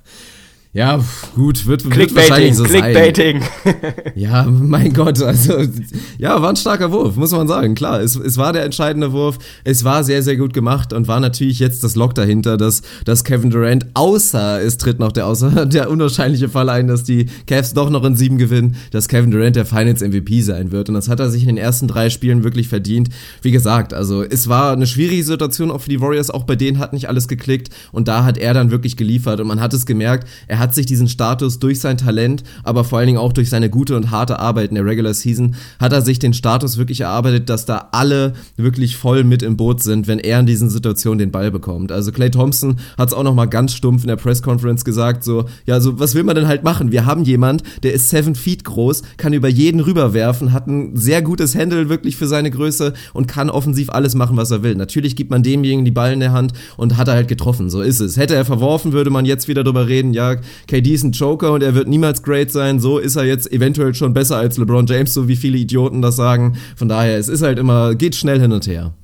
Ja, gut, wird wahrscheinlich so Clickbaiting. sein. Ja, mein Gott, also, ja, war ein starker Wurf, muss man sagen. Klar, es war der entscheidende Wurf, es war sehr, sehr gut gemacht und war natürlich jetzt das Lock dahinter, dass Kevin Durant, außer es tritt noch der unwahrscheinliche Fall ein, dass die Cavs doch noch in 7 gewinnen, dass Kevin Durant der Finals MVP sein wird. Und das hat er sich in den ersten 3 Spielen wirklich verdient. Wie gesagt, also, es war eine schwierige Situation auch für die Warriors, auch bei denen hat nicht alles geklickt und da hat er dann wirklich geliefert und man hat es gemerkt, er hat sich diesen Status durch sein Talent, aber vor allen Dingen auch durch seine gute und harte Arbeit in der Regular Season, hat er sich den Status wirklich erarbeitet, dass da alle wirklich voll mit im Boot sind, wenn er in diesen Situationen den Ball bekommt. Also Klay Thompson hat es auch nochmal ganz stumpf in der Press-Conference gesagt, so was will man denn halt machen? Wir haben jemand, der ist 7 Feet groß, kann über jeden rüberwerfen, hat ein sehr gutes Handle wirklich für seine Größe und kann offensiv alles machen, was er will. Natürlich gibt man demjenigen die Ball in der Hand und hat er halt getroffen, so ist es. Hätte er verworfen, würde man jetzt wieder drüber reden, ja, KD ist ein Joker und er wird niemals great sein, so ist er jetzt eventuell schon besser als LeBron James, so wie viele Idioten das sagen. Von daher, es ist halt immer, geht schnell hin und her.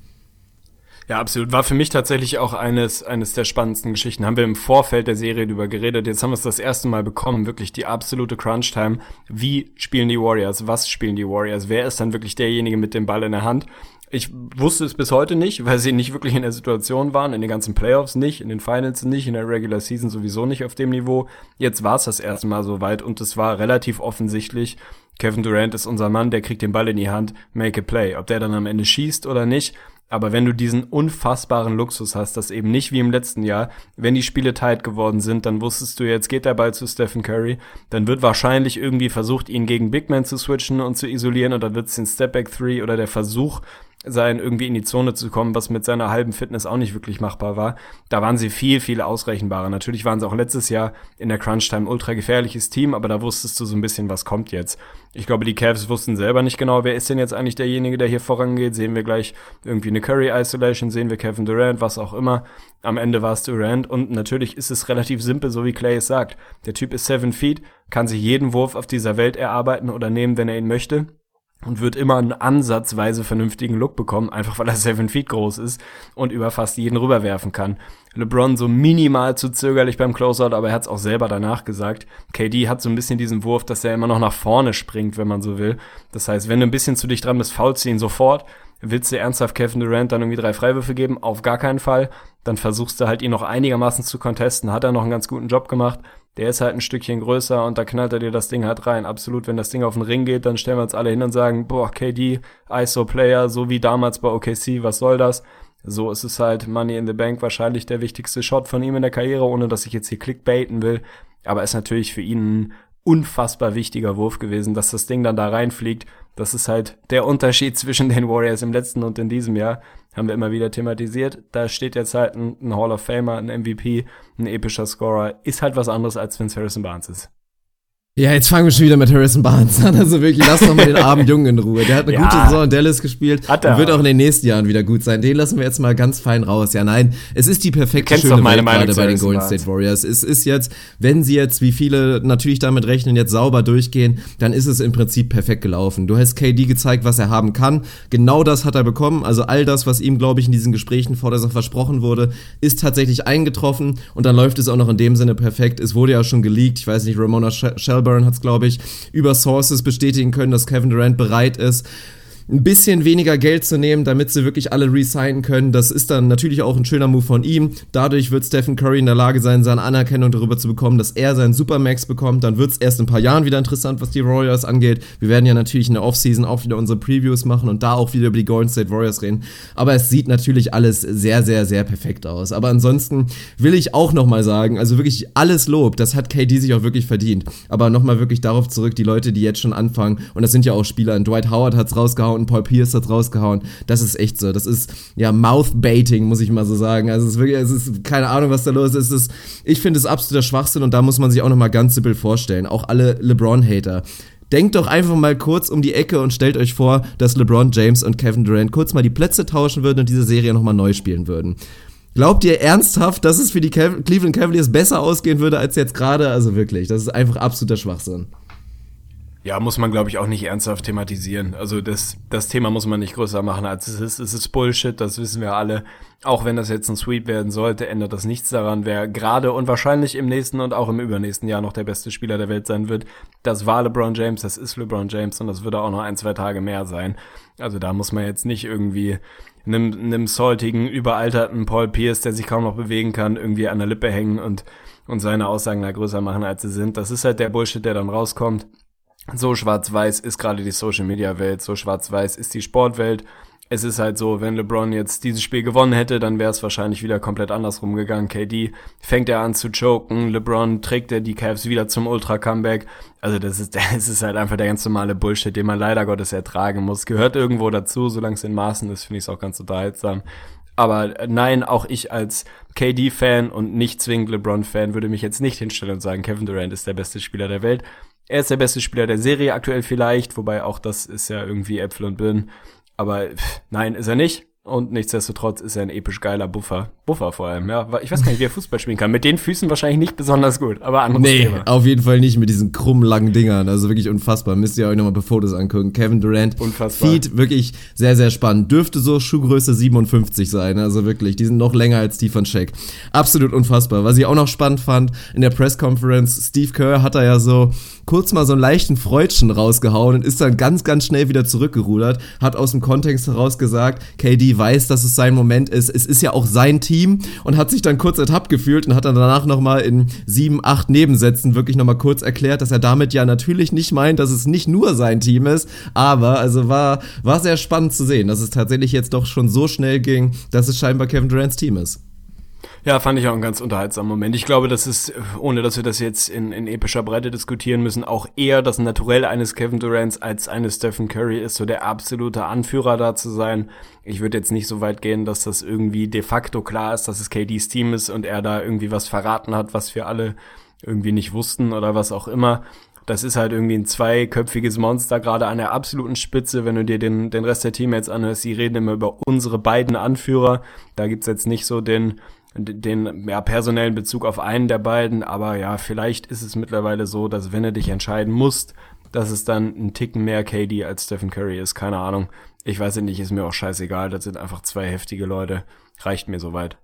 Ja, absolut. War für mich tatsächlich auch eines der spannendsten Geschichten. Haben wir im Vorfeld der Serie drüber geredet. Jetzt haben wir es das erste Mal bekommen. Wirklich die absolute Crunch-Time. Wie spielen die Warriors? Was spielen die Warriors? Wer ist dann wirklich derjenige mit dem Ball in der Hand? Ich wusste es bis heute nicht, weil sie nicht wirklich in der Situation waren. In den ganzen Playoffs nicht, in den Finals nicht, in der Regular Season sowieso nicht auf dem Niveau. Jetzt war es das erste Mal soweit und es war relativ offensichtlich. Kevin Durant ist unser Mann, der kriegt den Ball in die Hand, make a play. Ob der dann am Ende schießt oder nicht. Aber wenn du diesen unfassbaren Luxus hast, dass eben nicht wie im letzten Jahr, wenn die Spiele tight geworden sind, dann wusstest du, jetzt geht der Ball zu Stephen Curry, dann wird wahrscheinlich irgendwie versucht, ihn gegen Big Man zu switchen und zu isolieren und dann wird es den Stepback-Three oder der Versuch sein, irgendwie in die Zone zu kommen, was mit seiner halben Fitness auch nicht wirklich machbar war. Da waren sie viel, viel ausrechenbarer. Natürlich waren sie auch letztes Jahr in der Crunch-Time ultra gefährliches Team, aber da wusstest du so ein bisschen, was kommt jetzt. Ich glaube, die Cavs wussten selber nicht genau, wer ist denn jetzt eigentlich derjenige, der hier vorangeht. Sehen wir gleich irgendwie eine Curry-Isolation, sehen wir Kevin Durant, was auch immer. Am Ende war es Durant und natürlich ist es relativ simpel, so wie Clay es sagt. Der Typ ist 7 Feet, kann sich jeden Wurf auf dieser Welt erarbeiten oder nehmen, wenn er ihn möchte. Und wird immer einen ansatzweise vernünftigen Look bekommen, einfach weil er 7 Feet groß ist und über fast jeden rüberwerfen kann. LeBron so minimal zu zögerlich beim Closeout, aber er hat es auch selber danach gesagt. KD hat so ein bisschen diesen Wurf, dass er immer noch nach vorne springt, wenn man so will. Das heißt, wenn du ein bisschen zu dicht dran bist, foulst du ihn sofort. Willst du ernsthaft Kevin Durant dann irgendwie 3 Freiwürfe geben? Auf gar keinen Fall. Dann versuchst du halt ihn noch einigermaßen zu contesten. Hat er noch einen ganz guten Job gemacht. Der ist halt ein Stückchen größer und da knallt er dir das Ding halt rein. Absolut, wenn das Ding auf den Ring geht, dann stellen wir uns alle hin und sagen, boah, KD, ISO-Player, so wie damals bei OKC, was soll das? So ist es halt Money in the Bank wahrscheinlich der wichtigste Shot von ihm in der Karriere, ohne dass ich jetzt hier clickbaiten will. Aber ist natürlich für ihn ein unfassbar wichtiger Wurf gewesen, dass das Ding dann da reinfliegt. Das ist halt der Unterschied zwischen den Warriors im letzten und in diesem Jahr. Haben wir immer wieder thematisiert. Da steht jetzt halt ein Hall of Famer, ein MVP, ein epischer Scorer. Ist halt was anderes, als wenn es Harrison Barnes ist. Ja, jetzt fangen wir schon wieder mit Harrison Barnes an. Also wirklich, lass doch mal den armen Jungen in Ruhe. Der hat eine gute Saison in Dallas gespielt und wird auch in den nächsten Jahren wieder gut sein. Den lassen wir jetzt mal ganz fein raus. Ja, nein, es ist die perfekte schöne Welt gerade bei den Golden State Warriors. Es ist jetzt, wenn sie jetzt, wie viele natürlich damit rechnen, jetzt sauber durchgehen, dann ist es im Prinzip perfekt gelaufen. Du hast KD gezeigt, was er haben kann. Genau das hat er bekommen. Also all das, was ihm, glaube ich, in diesen Gesprächen vor der Saison versprochen wurde, ist tatsächlich eingetroffen. Und dann läuft es auch noch in dem Sinne perfekt. Es wurde ja schon geleakt. Ich weiß nicht, Ramona Shelburne hat es, glaube ich, über Sources bestätigen können, dass Kevin Durant bereit ist, ein bisschen weniger Geld zu nehmen, damit sie wirklich alle resignen können. Das ist dann natürlich auch ein schöner Move von ihm. Dadurch wird Stephen Curry in der Lage sein, seine Anerkennung darüber zu bekommen, dass er seinen Supermax bekommt. Dann wird es erst in ein paar Jahren wieder interessant, was die Warriors angeht. Wir werden ja natürlich in der Offseason auch wieder unsere Previews machen und da auch wieder über die Golden State Warriors reden. Aber es sieht natürlich alles sehr, sehr, sehr perfekt aus. Aber ansonsten will ich auch nochmal sagen, also wirklich alles Lob, das hat KD sich auch wirklich verdient. Aber nochmal wirklich darauf zurück, die Leute, die jetzt schon anfangen, und das sind ja auch Spieler, Dwight Howard hat's rausgehauen, Paul Pierce hat rausgehauen. Das ist echt so. Das ist ja Mouthbaiting, muss ich mal so sagen. Also es ist wirklich, es ist keine Ahnung, was da los ist. Ich finde es absoluter Schwachsinn und da muss man sich auch nochmal ganz simpel vorstellen. Auch alle LeBron-Hater. Denkt doch einfach mal kurz um die Ecke und stellt euch vor, dass LeBron James und Kevin Durant kurz mal die Plätze tauschen würden und diese Serie nochmal neu spielen würden. Glaubt ihr ernsthaft, dass es für die Cleveland Cavaliers besser ausgehen würde als jetzt gerade? Also wirklich, das ist einfach absoluter Schwachsinn. Ja, muss man, glaube ich, auch nicht ernsthaft thematisieren. Also das Thema muss man nicht größer machen, als es ist. Es ist Bullshit, das wissen wir alle. Auch wenn das jetzt ein Sweep werden sollte, ändert das nichts daran, wer gerade und wahrscheinlich im nächsten und auch im übernächsten Jahr noch der beste Spieler der Welt sein wird. Das war LeBron James, das ist LeBron James und das würde auch noch 1-2 Tage mehr sein. Also da muss man jetzt nicht irgendwie einem saltigen, überalterten Paul Pierce, der sich kaum noch bewegen kann, irgendwie an der Lippe hängen und seine Aussagen da größer machen, als sie sind. Das ist halt der Bullshit, der dann rauskommt. So schwarz-weiß ist gerade die Social-Media-Welt, so schwarz-weiß ist die Sportwelt. Es ist halt so, wenn LeBron jetzt dieses Spiel gewonnen hätte, dann wäre es wahrscheinlich wieder komplett andersrum gegangen. KD fängt er an zu choken, LeBron trägt er die Cavs wieder zum Ultra-Comeback. Also das ist halt einfach der ganz normale Bullshit, den man leider Gottes ertragen muss. Gehört irgendwo dazu, solange es in Maßen ist, finde ich es auch ganz unterhaltsam. Aber nein, auch ich als KD-Fan und nicht zwingend LeBron-Fan würde mich jetzt nicht hinstellen und sagen, Kevin Durant ist der beste Spieler der Welt. Er ist der beste Spieler der Serie aktuell vielleicht, wobei auch das ist ja irgendwie Äpfel und Birnen. Aber nein, ist er nicht. Und nichtsdestotrotz ist er ein episch geiler Buffer. Buffer vor allem, ja. Ich weiß gar nicht, wie er Fußball spielen kann. Mit den Füßen wahrscheinlich nicht besonders gut, aber anderes Thema. Auf jeden Fall nicht mit diesen krummen, langen Dingern. Also wirklich unfassbar. Müsst ihr euch nochmal Fotos angucken. Kevin Durant. Unfassbar. Feet wirklich sehr, sehr spannend. Dürfte so Schuhgröße 57 sein. Also wirklich, die sind noch länger als die von Shaq. Absolut unfassbar. Was ich auch noch spannend fand, in der Pressconference, Steve Kerr hat da ja so kurz mal so einen leichten Freudchen rausgehauen und ist dann ganz, ganz schnell wieder zurückgerudert, hat aus dem Kontext heraus gesagt, KD weiß, dass es sein Moment ist, es ist ja auch sein Team und hat sich dann kurz ertappt gefühlt und hat dann danach nochmal in 7, 8 Nebensätzen wirklich nochmal kurz erklärt, dass er damit ja natürlich nicht meint, dass es nicht nur sein Team ist, aber also war sehr spannend zu sehen, dass es tatsächlich jetzt doch schon so schnell ging, dass es scheinbar Kevin Durants Team ist. Ja, fand ich auch einen ganz unterhaltsamen Moment. Ich glaube, das ist, ohne dass wir das jetzt in epischer Breite diskutieren müssen, auch eher das Naturell eines Kevin Durants als eines Stephen Curry ist, so der absolute Anführer da zu sein. Ich würde jetzt nicht so weit gehen, dass das irgendwie de facto klar ist, dass es KDs Team ist und er da irgendwie was verraten hat, was wir alle irgendwie nicht wussten oder was auch immer. Das ist halt irgendwie ein zweiköpfiges Monster, gerade an der absoluten Spitze. Wenn du dir den Rest der Teammates anhörst, die reden immer über unsere beiden Anführer. Da gibt's jetzt nicht so den personellen Bezug auf einen der beiden, aber ja, vielleicht ist es mittlerweile so, dass wenn du dich entscheiden musst, dass es dann ein Ticken mehr KD als Stephen Curry ist, keine Ahnung. Ich weiß nicht, ist mir auch scheißegal, das sind einfach zwei heftige Leute, reicht mir soweit.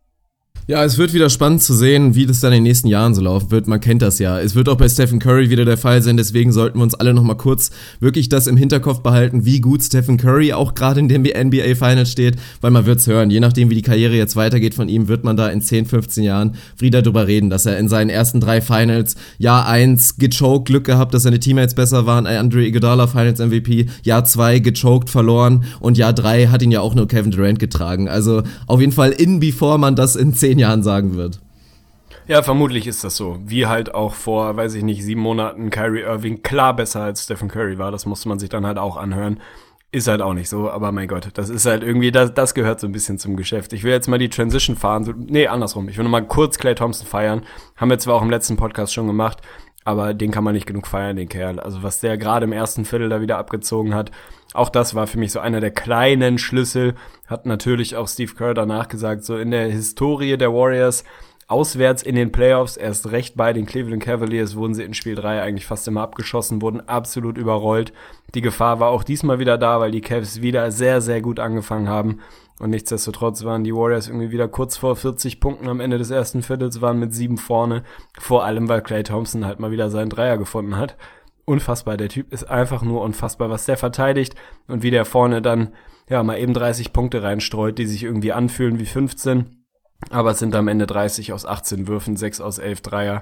Ja, es wird wieder spannend zu sehen, wie das dann in den nächsten Jahren so laufen wird. Man kennt das ja. Es wird auch bei Stephen Curry wieder der Fall sein. Deswegen sollten wir uns alle nochmal kurz wirklich das im Hinterkopf behalten, wie gut Stephen Curry auch gerade in dem NBA Finals steht. Weil man wird's hören. Je nachdem, wie die Karriere jetzt weitergeht von ihm, wird man da in 10, 15 Jahren wieder drüber reden, dass er in seinen ersten 3 Finals, Jahr 1 gechoked, Glück gehabt, dass seine Teammates besser waren. Andre Iguodala Finals MVP. Jahr 2 gechoked, verloren. Und Jahr 3 hat ihn ja auch nur Kevin Durant getragen. Also auf jeden Fall bevor man das in 10 Jahren sagen wird. Ja, vermutlich ist das so. Wie halt auch vor, 7 Monaten Kyrie Irving klar besser als Stephen Curry war. Das musste man sich dann halt auch anhören. Ist halt auch nicht so, aber mein Gott, das ist halt irgendwie, das gehört so ein bisschen zum Geschäft. Ich will jetzt mal die Transition fahren. Andersrum. Ich will noch mal kurz Klay Thompson feiern. Haben wir zwar auch im letzten Podcast schon gemacht, aber den kann man nicht genug feiern, den Kerl. Also was der gerade im ersten Viertel da wieder abgezogen hat, auch das war für mich so einer der kleinen Schlüssel. Hat natürlich auch Steve Kerr danach gesagt, so in der Historie der Warriors, auswärts in den Playoffs, erst recht bei den Cleveland Cavaliers, wurden sie in Spiel 3 eigentlich fast immer abgeschossen, wurden absolut überrollt. Die Gefahr war auch diesmal wieder da, weil die Cavs wieder sehr, sehr gut angefangen haben. Und nichtsdestotrotz waren die Warriors irgendwie wieder kurz vor 40 Punkten am Ende des ersten Viertels, waren mit 7 vorne. Vor allem, weil Klay Thompson halt mal wieder seinen Dreier gefunden hat. Unfassbar, der Typ ist einfach nur unfassbar, was der verteidigt und wie der vorne dann, ja, mal eben 30 Punkte reinstreut, die sich irgendwie anfühlen wie 15, aber es sind am Ende 30 aus 18 Würfen, 6 aus 11 Dreier.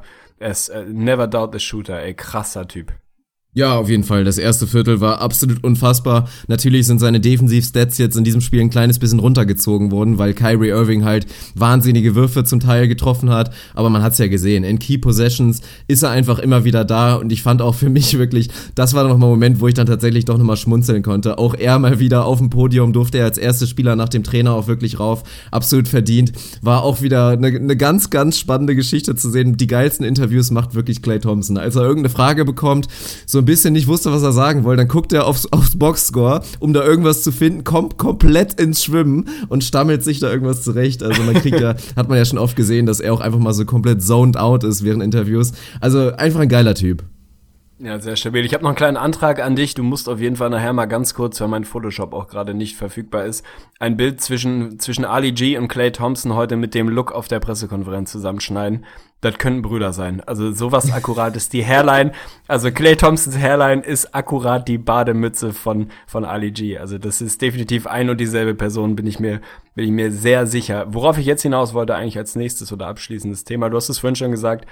Never doubt the shooter, krasser Typ. Ja, auf jeden Fall. Das erste Viertel war absolut unfassbar. Natürlich sind seine Defensiv-Stats jetzt in diesem Spiel ein kleines bisschen runtergezogen worden, weil Kyrie Irving halt wahnsinnige Würfe zum Teil getroffen hat. Aber man hat's ja gesehen. In Key Possessions ist er einfach immer wieder da. Und ich fand auch für mich wirklich, das war nochmal ein Moment, wo ich dann tatsächlich doch nochmal schmunzeln konnte. Auch er mal wieder auf dem Podium, durfte er als erster Spieler nach dem Trainer auch wirklich rauf. Absolut verdient. War auch wieder eine ganz, ganz spannende Geschichte zu sehen. Die geilsten Interviews macht wirklich Klay Thompson. Als er irgendeine Frage bekommt, so ein bisschen nicht wusste, was er sagen wollte, dann guckt er aufs Boxscore, um da irgendwas zu finden, kommt komplett ins Schwimmen und stammelt sich da irgendwas zurecht. Also man kriegt ja, hat man ja schon oft gesehen, dass er auch einfach mal so komplett zoned out ist während Interviews. Also einfach ein geiler Typ. Ja, sehr stabil. Ich habe noch einen kleinen Antrag an dich. Du musst auf jeden Fall nachher mal ganz kurz, weil mein Photoshop auch gerade nicht verfügbar ist, ein Bild zwischen Ali G und Klay Thompson heute mit dem Look auf der Pressekonferenz zusammenschneiden. Das könnten Brüder sein. Also sowas akkurat ist die Hairline. Also Klay Thompsons Hairline ist akkurat die Bademütze von Ali G. Also das ist definitiv ein und dieselbe Person, bin ich mir sehr sicher. Worauf ich jetzt hinaus wollte, eigentlich als nächstes oder abschließendes Thema. Du hast es vorhin schon gesagt,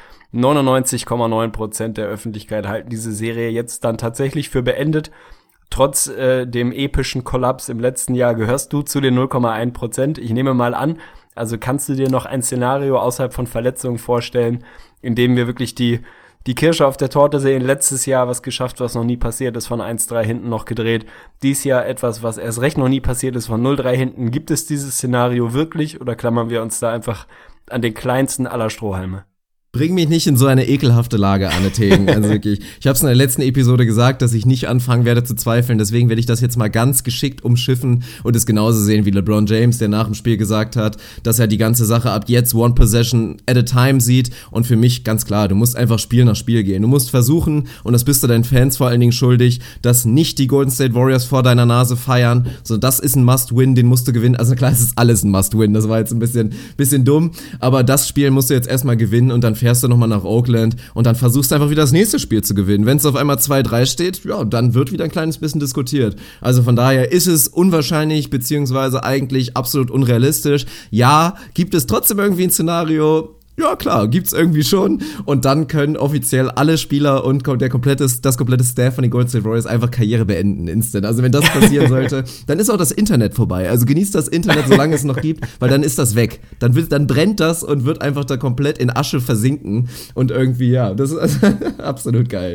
99,9% der Öffentlichkeit halten diese Serie jetzt dann tatsächlich für beendet. Trotz dem epischen Kollaps im letzten Jahr gehörst du zu den 0,1%. Ich nehme mal an, also kannst du dir noch ein Szenario außerhalb von Verletzungen vorstellen, in dem wir wirklich die Kirsche auf der Torte sehen? Letztes Jahr was geschafft, was noch nie passiert ist, von 1-3 hinten noch gedreht. Dies Jahr etwas, was erst recht noch nie passiert ist, von 0-3 hinten. Gibt es dieses Szenario wirklich oder klammern wir uns da einfach an den kleinsten aller Strohhalme? Bring mich nicht in so eine ekelhafte Lage, Arne Tegen. Also wirklich, ich habe es in der letzten Episode gesagt, dass ich nicht anfangen werde zu zweifeln. Deswegen werde ich das jetzt mal ganz geschickt umschiffen und es genauso sehen wie LeBron James, der nach dem Spiel gesagt hat, dass er die ganze Sache ab jetzt one possession at a time sieht. Und für mich ganz klar, du musst einfach Spiel nach Spiel gehen. Du musst versuchen, und das bist du deinen Fans vor allen Dingen schuldig, dass nicht die Golden State Warriors vor deiner Nase feiern. So, das ist ein Must-Win, den musst du gewinnen. Also klar, es ist alles ein Must-Win. Das war jetzt ein bisschen dumm. Aber das Spiel musst du jetzt erstmal gewinnen und dann fährst du nochmal nach Oakland und dann versuchst du einfach wieder das nächste Spiel zu gewinnen. Wenn es auf einmal 2-3 steht, ja, dann wird wieder ein kleines bisschen diskutiert. Also von daher ist es unwahrscheinlich, beziehungsweise eigentlich absolut unrealistisch. Ja, gibt es trotzdem irgendwie ein Szenario? Ja, klar, gibt's irgendwie schon. Und dann können offiziell alle Spieler und das komplette Staff von den Golden State Warriors einfach Karriere beenden, instant. Also wenn das passieren sollte, dann ist auch das Internet vorbei. Also genießt das Internet, solange es noch gibt, weil dann ist das weg. Dann brennt das und wird einfach da komplett in Asche versinken. Und irgendwie, ja, das ist absolut geil.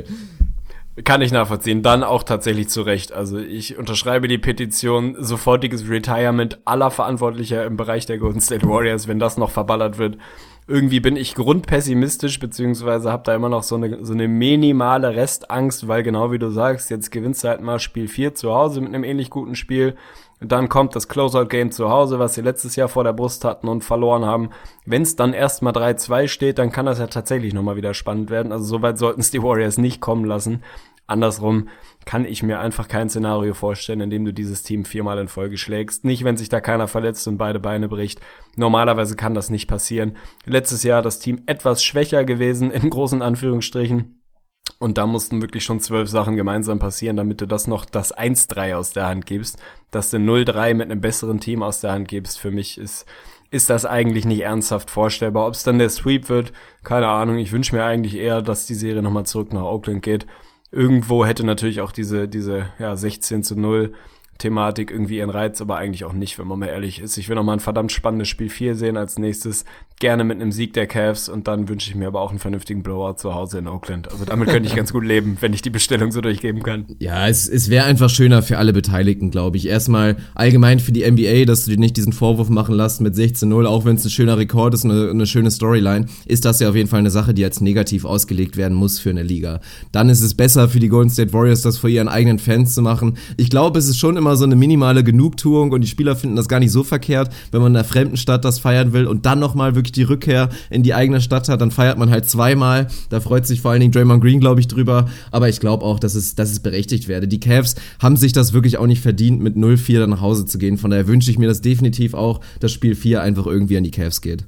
Kann ich nachvollziehen. Dann auch tatsächlich zu Recht. Also ich unterschreibe die Petition, sofortiges Retirement aller Verantwortlicher im Bereich der Golden State Warriors, wenn das noch verballert wird. Irgendwie bin ich grundpessimistisch, beziehungsweise habe da immer noch so eine minimale Restangst, weil genau wie du sagst, jetzt gewinnst du halt mal Spiel 4 zu Hause mit einem ähnlich guten Spiel. Dann kommt das Closeout-Game zu Hause, was sie letztes Jahr vor der Brust hatten und verloren haben. Wenn es dann erstmal 3-2 steht, dann kann das ja tatsächlich nochmal wieder spannend werden. Also soweit sollten es die Warriors nicht kommen lassen. Andersrum kann ich mir einfach kein Szenario vorstellen, in dem du dieses Team 4-mal in Folge schlägst. Nicht, wenn sich da keiner verletzt und beide Beine bricht. Normalerweise kann das nicht passieren. Letztes Jahr das Team etwas schwächer gewesen, in großen Anführungsstrichen. Und da mussten wirklich schon 12 Sachen gemeinsam passieren, damit du das noch das 1-3 aus der Hand gibst. Dass du 0-3 mit einem besseren Team aus der Hand gibst, für mich ist das eigentlich nicht ernsthaft vorstellbar. Ob es dann der Sweep wird, keine Ahnung. Ich wünsche mir eigentlich eher, dass die Serie nochmal zurück nach Oakland geht. Irgendwo hätte natürlich auch diese 16-0 Thematik irgendwie ihren Reiz, aber eigentlich auch nicht, wenn man mal ehrlich ist. Ich will noch mal ein verdammt spannendes Spiel 4 sehen als nächstes, gerne mit einem Sieg der Cavs und dann wünsche ich mir aber auch einen vernünftigen Blowout zu Hause in Oakland. Also damit könnte ich ganz gut leben, wenn ich die Bestellung so durchgeben kann. Ja, es wäre einfach schöner für alle Beteiligten, glaube ich. Erstmal allgemein für die NBA, dass du dir nicht diesen Vorwurf machen lässt mit 16-0, auch wenn es ein schöner Rekord ist und eine schöne Storyline, ist das ja auf jeden Fall eine Sache, die als negativ ausgelegt werden muss für eine Liga. Dann ist es besser für die Golden State Warriors, das vor ihren eigenen Fans zu machen. Ich glaube, es ist schon immer so eine minimale Genugtuung und die Spieler finden das gar nicht so verkehrt, wenn man in einer fremden Stadt das feiern will und dann nochmal wirklich die Rückkehr in die eigene Stadt hat, dann feiert man halt zweimal. Da freut sich vor allen Dingen Draymond Green, glaube ich, drüber. Aber ich glaube auch, dass es berechtigt werde. Die Cavs haben sich das wirklich auch nicht verdient, mit 0-4 dann nach Hause zu gehen. Von daher wünsche ich mir, dass definitiv auch das Spiel 4 einfach irgendwie an die Cavs geht.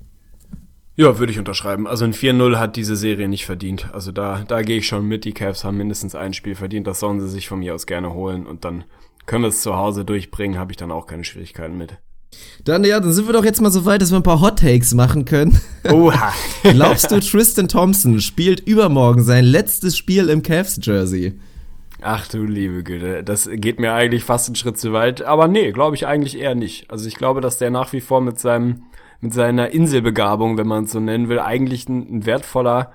Ja, würde ich unterschreiben. Also ein 4-0 hat diese Serie nicht verdient. Also da gehe ich schon mit. Die Cavs haben mindestens ein Spiel verdient. Das sollen sie sich von mir aus gerne holen. Und dann können wir es zu Hause durchbringen. Habe ich dann auch keine Schwierigkeiten mit. Dann sind wir doch jetzt mal so weit, dass wir ein paar Hot Takes machen können. Oha. Glaubst du, Tristan Thompson spielt übermorgen sein letztes Spiel im Cavs-Jersey? Ach du liebe Güte, das geht mir eigentlich fast einen Schritt zu weit. Aber nee, glaube ich eigentlich eher nicht. Also ich glaube, dass der nach wie vor mit seiner Inselbegabung, wenn man es so nennen will, eigentlich ein wertvoller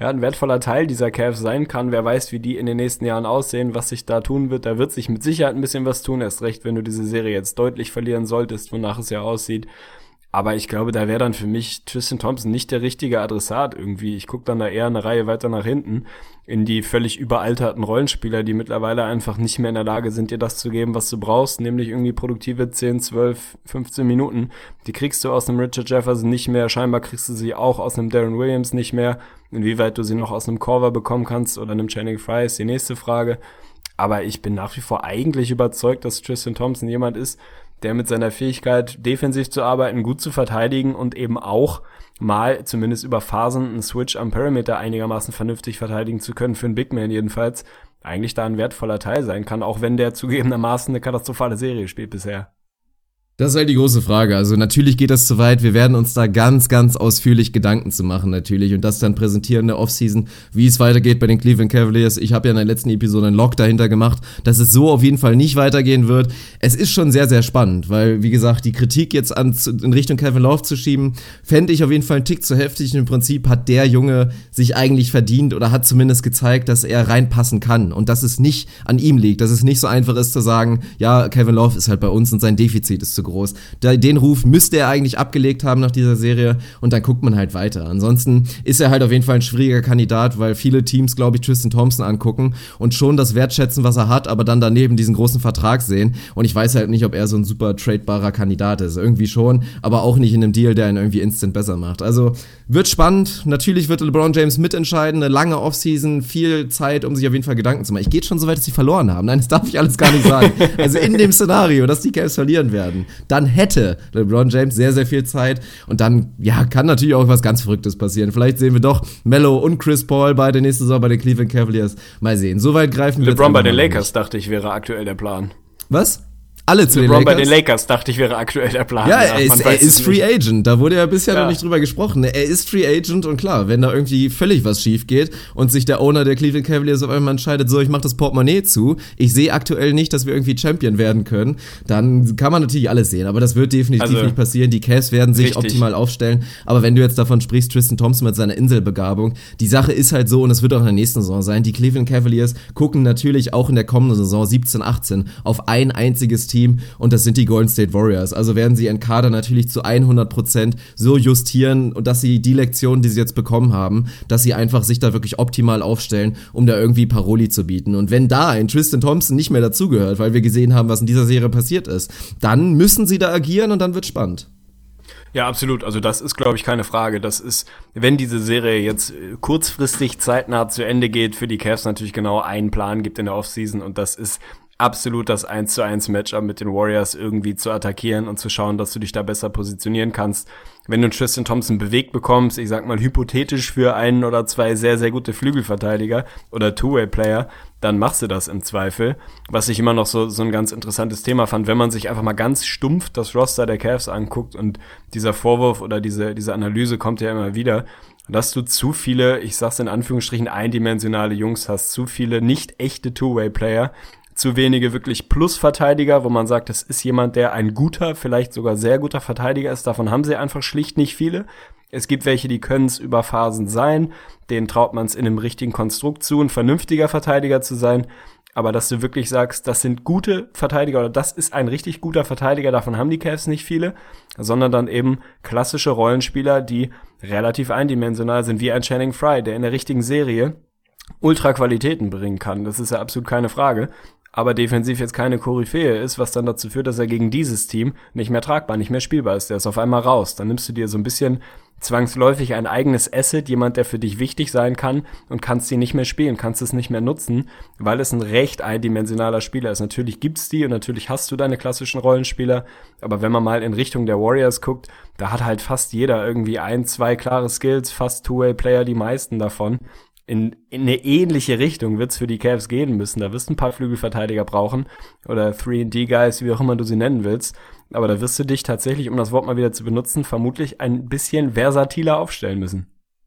Teil dieser Cavs sein kann. Wer weiß, wie die in den nächsten Jahren aussehen, was sich da tun wird. Da wird sich mit Sicherheit ein bisschen was tun, erst recht, wenn du diese Serie jetzt deutlich verlieren solltest, wonach es ja aussieht. Aber ich glaube, da wäre dann für mich Tristan Thompson nicht der richtige Adressat irgendwie. Ich gucke dann da eher eine Reihe weiter nach hinten in die völlig überalterten Rollenspieler, die mittlerweile einfach nicht mehr in der Lage sind, dir das zu geben, was du brauchst, nämlich irgendwie produktive 10, 12, 15 Minuten. Die kriegst du aus einem Richard Jefferson nicht mehr, scheinbar kriegst du sie auch aus einem Darren Williams nicht mehr. Inwieweit du sie noch aus einem Korver bekommen kannst oder einem Channing Frye ist die nächste Frage. Aber ich bin nach wie vor eigentlich überzeugt, dass Tristan Thompson jemand ist, der mit seiner Fähigkeit, defensiv zu arbeiten, gut zu verteidigen und eben auch mal, zumindest über Phasen, einen Switch am Perimeter einigermaßen vernünftig verteidigen zu können, für einen Big Man jedenfalls, eigentlich da ein wertvoller Teil sein kann, auch wenn der zugegebenermaßen eine katastrophale Serie spielt bisher. Das ist halt die große Frage. Also natürlich geht das zu weit. Wir werden uns da ganz, ganz ausführlich Gedanken zu machen natürlich und das dann präsentieren in der Offseason, wie es weitergeht bei den Cleveland Cavaliers. Ich habe ja in der letzten Episode einen Log dahinter gemacht, dass es so auf jeden Fall nicht weitergehen wird. Es ist schon sehr, sehr spannend, weil, wie gesagt, die Kritik jetzt in Richtung Kevin Love zu schieben, fände ich auf jeden Fall einen Tick zu heftig. Und im Prinzip hat der Junge sich eigentlich verdient oder hat zumindest gezeigt, dass er reinpassen kann und dass es nicht an ihm liegt, dass es nicht so einfach ist zu sagen, ja, Kevin Love ist halt bei uns und sein Defizit ist zu groß. groß. Den Ruf müsste er eigentlich abgelegt haben nach dieser Serie und dann guckt man halt weiter. Ansonsten ist er halt auf jeden Fall ein schwieriger Kandidat, weil viele Teams, glaube ich, Tristan Thompson angucken und schon das wertschätzen, was er hat, aber dann daneben diesen großen Vertrag sehen. Und ich weiß halt nicht, ob er so ein super tradebarer Kandidat ist. Irgendwie schon, aber auch nicht in einem Deal, der ihn irgendwie instant besser macht. Also wird spannend. Natürlich wird LeBron James mitentscheiden. Eine lange Offseason, viel Zeit, um sich auf jeden Fall Gedanken zu machen. Ich gehe schon so weit, dass sie verloren haben. Nein, das darf ich alles gar nicht sagen. Also in dem Szenario, dass die Cavs verlieren werden, dann hätte LeBron James sehr, sehr viel Zeit. Und dann, ja, kann natürlich auch was ganz Verrücktes passieren. Vielleicht sehen wir doch Melo und Chris Paul beide nächste Saison bei den Cleveland Cavaliers. Mal sehen. Soweit greifen wir. LeBron bei den Lakers, dachte ich, wäre aktuell der Plan. Was? Alle zu LeBron den Lakers? bei den Lakers, dachte ich, wäre aktuell der Plan. Ja, er ist Free Agent. Da wurde ja bisher Ja. noch nicht drüber gesprochen. Er ist Free Agent und klar, wenn da irgendwie völlig was schief geht und sich der Owner der Cleveland Cavaliers auf einmal entscheidet, so, ich mach das Portemonnaie zu, ich sehe aktuell nicht, dass wir irgendwie Champion werden können, dann kann man natürlich alles sehen. Aber das wird definitiv nicht passieren. Die Cavs werden sich optimal aufstellen. Aber wenn du jetzt davon sprichst, Tristan Thompson mit seiner Inselbegabung, die Sache ist halt so, und es wird auch in der nächsten Saison sein, die Cleveland Cavaliers gucken natürlich auch in der kommenden Saison 17-18 auf ein einziges Team und das sind die Golden State Warriors. Also werden sie ihren Kader natürlich zu 100% so justieren, dass sie die Lektionen, die sie jetzt bekommen haben, dass sie einfach sich da wirklich optimal aufstellen, um da irgendwie Paroli zu bieten. Und wenn da ein Tristan Thompson nicht mehr dazugehört, weil wir gesehen haben, was in dieser Serie passiert ist, dann müssen sie da agieren und dann wird spannend. Ja, absolut. Also das ist, glaube ich, keine Frage. Das ist, wenn diese Serie jetzt kurzfristig zeitnah zu Ende geht, für die Cavs natürlich genau einen Plan gibt in der Offseason und das ist absolut das 1:1 Matchup mit den Warriors irgendwie zu attackieren und zu schauen, dass du dich da besser positionieren kannst. Wenn du Tristan Thompson bewegt bekommst, ich sag mal hypothetisch für einen oder zwei sehr, sehr gute Flügelverteidiger oder Two-Way-Player, dann machst du das im Zweifel. Was ich immer noch so ein ganz interessantes Thema fand, wenn man sich einfach mal ganz stumpf das Roster der Cavs anguckt und dieser Vorwurf oder diese Analyse kommt ja immer wieder, dass du zu viele, ich sag's in Anführungsstrichen, eindimensionale Jungs hast, zu viele nicht echte Two-Way-Player, zu wenige wirklich Plus-Verteidiger, wo man sagt, das ist jemand, der ein guter, vielleicht sogar sehr guter Verteidiger ist. Davon haben sie einfach schlicht nicht viele. Es gibt welche, die können es über Phasen sein. Denen traut man es in einem richtigen Konstrukt zu, ein vernünftiger Verteidiger zu sein. Aber dass du wirklich sagst, das sind gute Verteidiger oder das ist ein richtig guter Verteidiger, davon haben die Cavs nicht viele, sondern dann eben klassische Rollenspieler, die relativ eindimensional sind, wie ein Channing Frye, der in der richtigen Serie Ultra-Qualitäten bringen kann. Das ist ja absolut keine Frage. Aber defensiv jetzt keine Koryphäe ist, was dann dazu führt, dass er gegen dieses Team nicht mehr tragbar, nicht mehr spielbar ist. Der ist auf einmal raus. Dann nimmst du dir so ein bisschen zwangsläufig ein eigenes Asset, jemand, der für dich wichtig sein kann und kannst ihn nicht mehr spielen, kannst es nicht mehr nutzen, weil es ein recht eindimensionaler Spieler ist. Natürlich gibt's die und natürlich hast du deine klassischen Rollenspieler, aber wenn man mal in Richtung der Warriors guckt, da hat halt fast jeder irgendwie 1, 2 klare Skills, fast Two-Way-Player, die meisten davon. In eine ähnliche Richtung wird's für die Cavs gehen müssen. Da wirst du ein paar Flügelverteidiger brauchen oder 3&D-Guys, wie auch immer du sie nennen willst. Aber da wirst du dich tatsächlich, um das Wort mal wieder zu benutzen, vermutlich ein bisschen versatiler aufstellen müssen.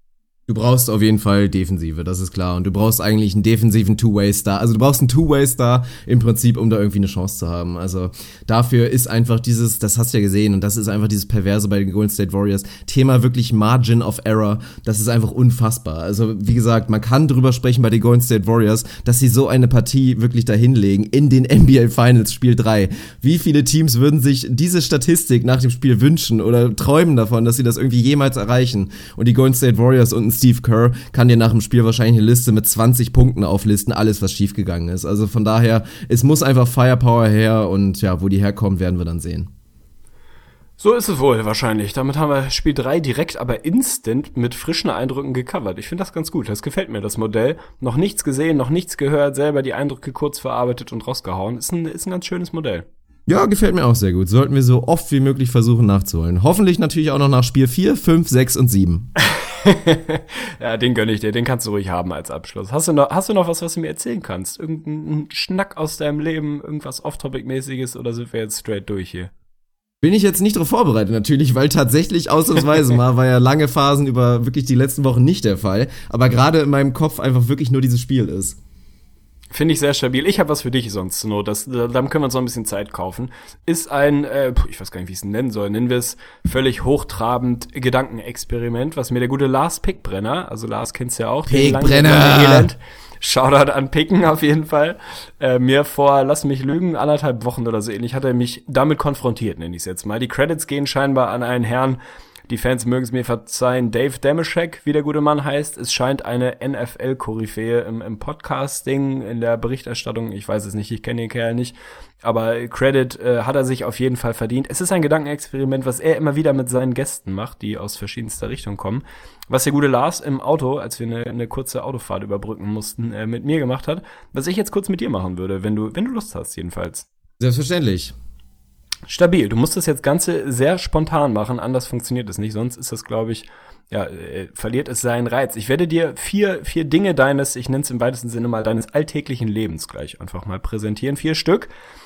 Du brauchst auf jeden Fall Defensive, das ist klar. Und du brauchst eigentlich einen defensiven Two-Way-Star. Also du brauchst einen Two-Way-Star im Prinzip, um da irgendwie eine Chance zu haben. Also dafür ist einfach dieses, das hast du ja gesehen, und das ist einfach dieses Perverse bei den Golden State Warriors, Thema wirklich Margin of Error, das ist einfach unfassbar. Also wie gesagt, man kann drüber sprechen bei den Golden State Warriors, dass sie so eine Partie wirklich da hinlegen in den NBA Finals Spiel 3. Wie viele Teams würden sich diese Statistik nach dem Spiel wünschen oder träumen davon, dass sie das irgendwie jemals erreichen? Und die Golden State Warriors und Steve Kerr kann dir nach dem Spiel wahrscheinlich eine Liste mit 20 Punkten auflisten, alles, was schiefgegangen ist. Also von daher, es muss einfach Firepower her und ja, wo die herkommen, werden wir dann sehen. So ist es wohl wahrscheinlich. Damit haben wir Spiel 3 direkt, aber instant mit frischen Eindrücken gecovert. Ich finde das ganz gut. Das gefällt mir, das Modell. Noch nichts gesehen, noch nichts gehört, selber die Eindrücke kurz verarbeitet und rausgehauen. Ist ein ganz schönes Modell. Ja, gefällt mir auch sehr gut. Sollten wir so oft wie möglich versuchen nachzuholen. Hoffentlich natürlich auch noch nach Spiel 4, 5, 6 und 7. Ja, den gönn ich dir. Den kannst du ruhig haben als Abschluss. Hast du noch was du mir erzählen kannst? Irgendein Schnack aus deinem Leben? Irgendwas Off-Topic-mäßiges? Oder sind wir jetzt straight durch hier? Bin ich jetzt nicht darauf vorbereitet natürlich, weil tatsächlich ausnahmsweise mal war ja lange Phasen über wirklich die letzten Wochen nicht der Fall. Aber gerade in meinem Kopf einfach wirklich nur dieses Spiel ist. Finde ich sehr stabil. Ich habe was für dich sonst zur Not. Dann können wir uns noch ein bisschen Zeit kaufen. Ist ein, ich weiß gar nicht, wie ich es nennen soll. Nennen wir es völlig hochtrabend Gedankenexperiment, was mir der gute Lars Pickbrenner, also Lars kennst du ja auch, Pickbrenner Shoutout an Picken auf jeden Fall. Mir vor, lass mich lügen, 1,5 Wochen oder so ähnlich, hat er mich damit konfrontiert, nenne ich es jetzt mal. Die Credits gehen scheinbar an einen Herrn, die Fans mögen es mir verzeihen, Dave Dameshek, wie der gute Mann heißt. Es scheint eine NFL-Koryphäe im Podcasting, in der Berichterstattung, ich weiß es nicht, ich kenne den Kerl nicht, aber Credit hat er sich auf jeden Fall verdient. Es ist ein Gedankenexperiment, was er immer wieder mit seinen Gästen macht, die aus verschiedenster Richtung kommen. Was der gute Lars im Auto, als wir eine kurze Autofahrt überbrücken mussten, mit mir gemacht hat, was ich jetzt kurz mit dir machen würde, wenn du Lust hast jedenfalls. Selbstverständlich. Stabil. Du musst das jetzt Ganze sehr spontan machen, anders funktioniert es nicht. Sonst ist das, glaube ich, verliert es seinen Reiz. Ich werde dir vier Dinge deines, ich nenne es im weitesten Sinne mal, deines alltäglichen Lebens gleich einfach mal präsentieren. 4 Stück.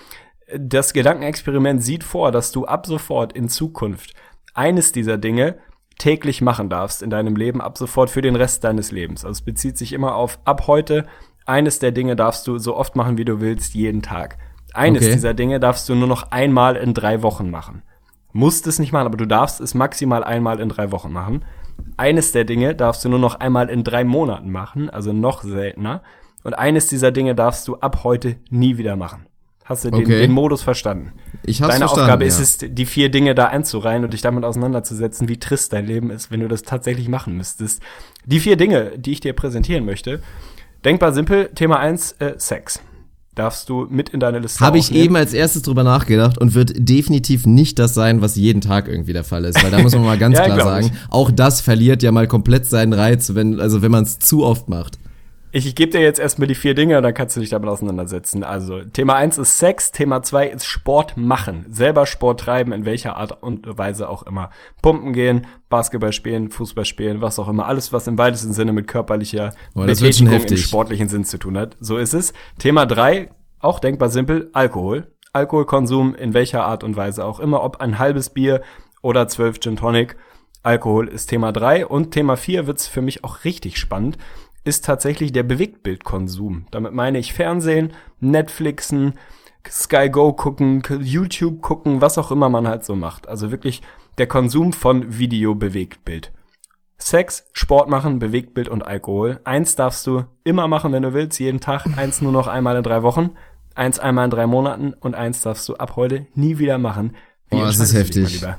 Das Gedankenexperiment sieht vor, dass du ab sofort in Zukunft eines dieser Dinge täglich machen darfst in deinem Leben, ab sofort für den Rest deines Lebens. Also es bezieht sich immer auf, ab heute, eines der Dinge darfst du so oft machen, wie du willst, jeden Tag. Eines dieser Dinge darfst du nur noch einmal in 3 Wochen machen. Musst es nicht machen, aber du darfst es maximal einmal in 3 Wochen machen. Eines der Dinge darfst du nur noch einmal in 3 Monaten machen, also noch seltener. Und eines dieser Dinge darfst du ab heute nie wieder machen. Hast du den Modus verstanden? Ich hab's Deine verstanden, Aufgabe ja. ist es, die 4 Dinge da einzureihen und dich damit auseinanderzusetzen, wie trist dein Leben ist, wenn du das tatsächlich machen müsstest. Die 4 Dinge, die ich dir präsentieren möchte, denkbar simpel. Thema 1, Sex. Darfst du mit in deine Liste Habe ich aufnehmen. eben als erstes drüber nachgedacht und wird definitiv nicht das sein, was jeden Tag irgendwie der Fall ist. Weil da muss man mal ganz Ja, klar glaub sagen, ich. auch das verliert ja mal komplett seinen Reiz, wenn man es zu oft macht. Ich gebe dir jetzt erstmal die 4 Dinge, dann kannst du dich damit auseinandersetzen. Also, Thema 1 ist Sex, Thema 2 ist Sport machen. Selber Sport treiben, in welcher Art und Weise auch immer. Pumpen gehen, Basketball spielen, Fußball spielen, was auch immer. Alles, was im weitesten Sinne mit körperlicher Das wird schon Betätigung im heftig. sportlichen Sinn zu tun hat. So ist es. Thema 3, auch denkbar simpel, Alkohol. Alkoholkonsum, in welcher Art und Weise auch immer. Ob ein halbes Bier oder 12 Gin Tonic. Alkohol ist Thema 3. Und Thema 4 wird's für mich auch richtig spannend, ist tatsächlich der Bewegtbildkonsum. Damit meine ich Fernsehen, Netflixen, Sky Go gucken, YouTube gucken, was auch immer man halt so macht. Also wirklich der Konsum von Video, Bewegtbild. Sex, Sport machen, Bewegtbild und Alkohol. 1 darfst du immer machen, wenn du willst, jeden Tag. 1 nur noch einmal in 3 Wochen. 1 einmal in 3 Monaten. Und 1 darfst du ab heute nie wieder machen. Wie Das ist entscheidest du dich, heftig. mein Lieber?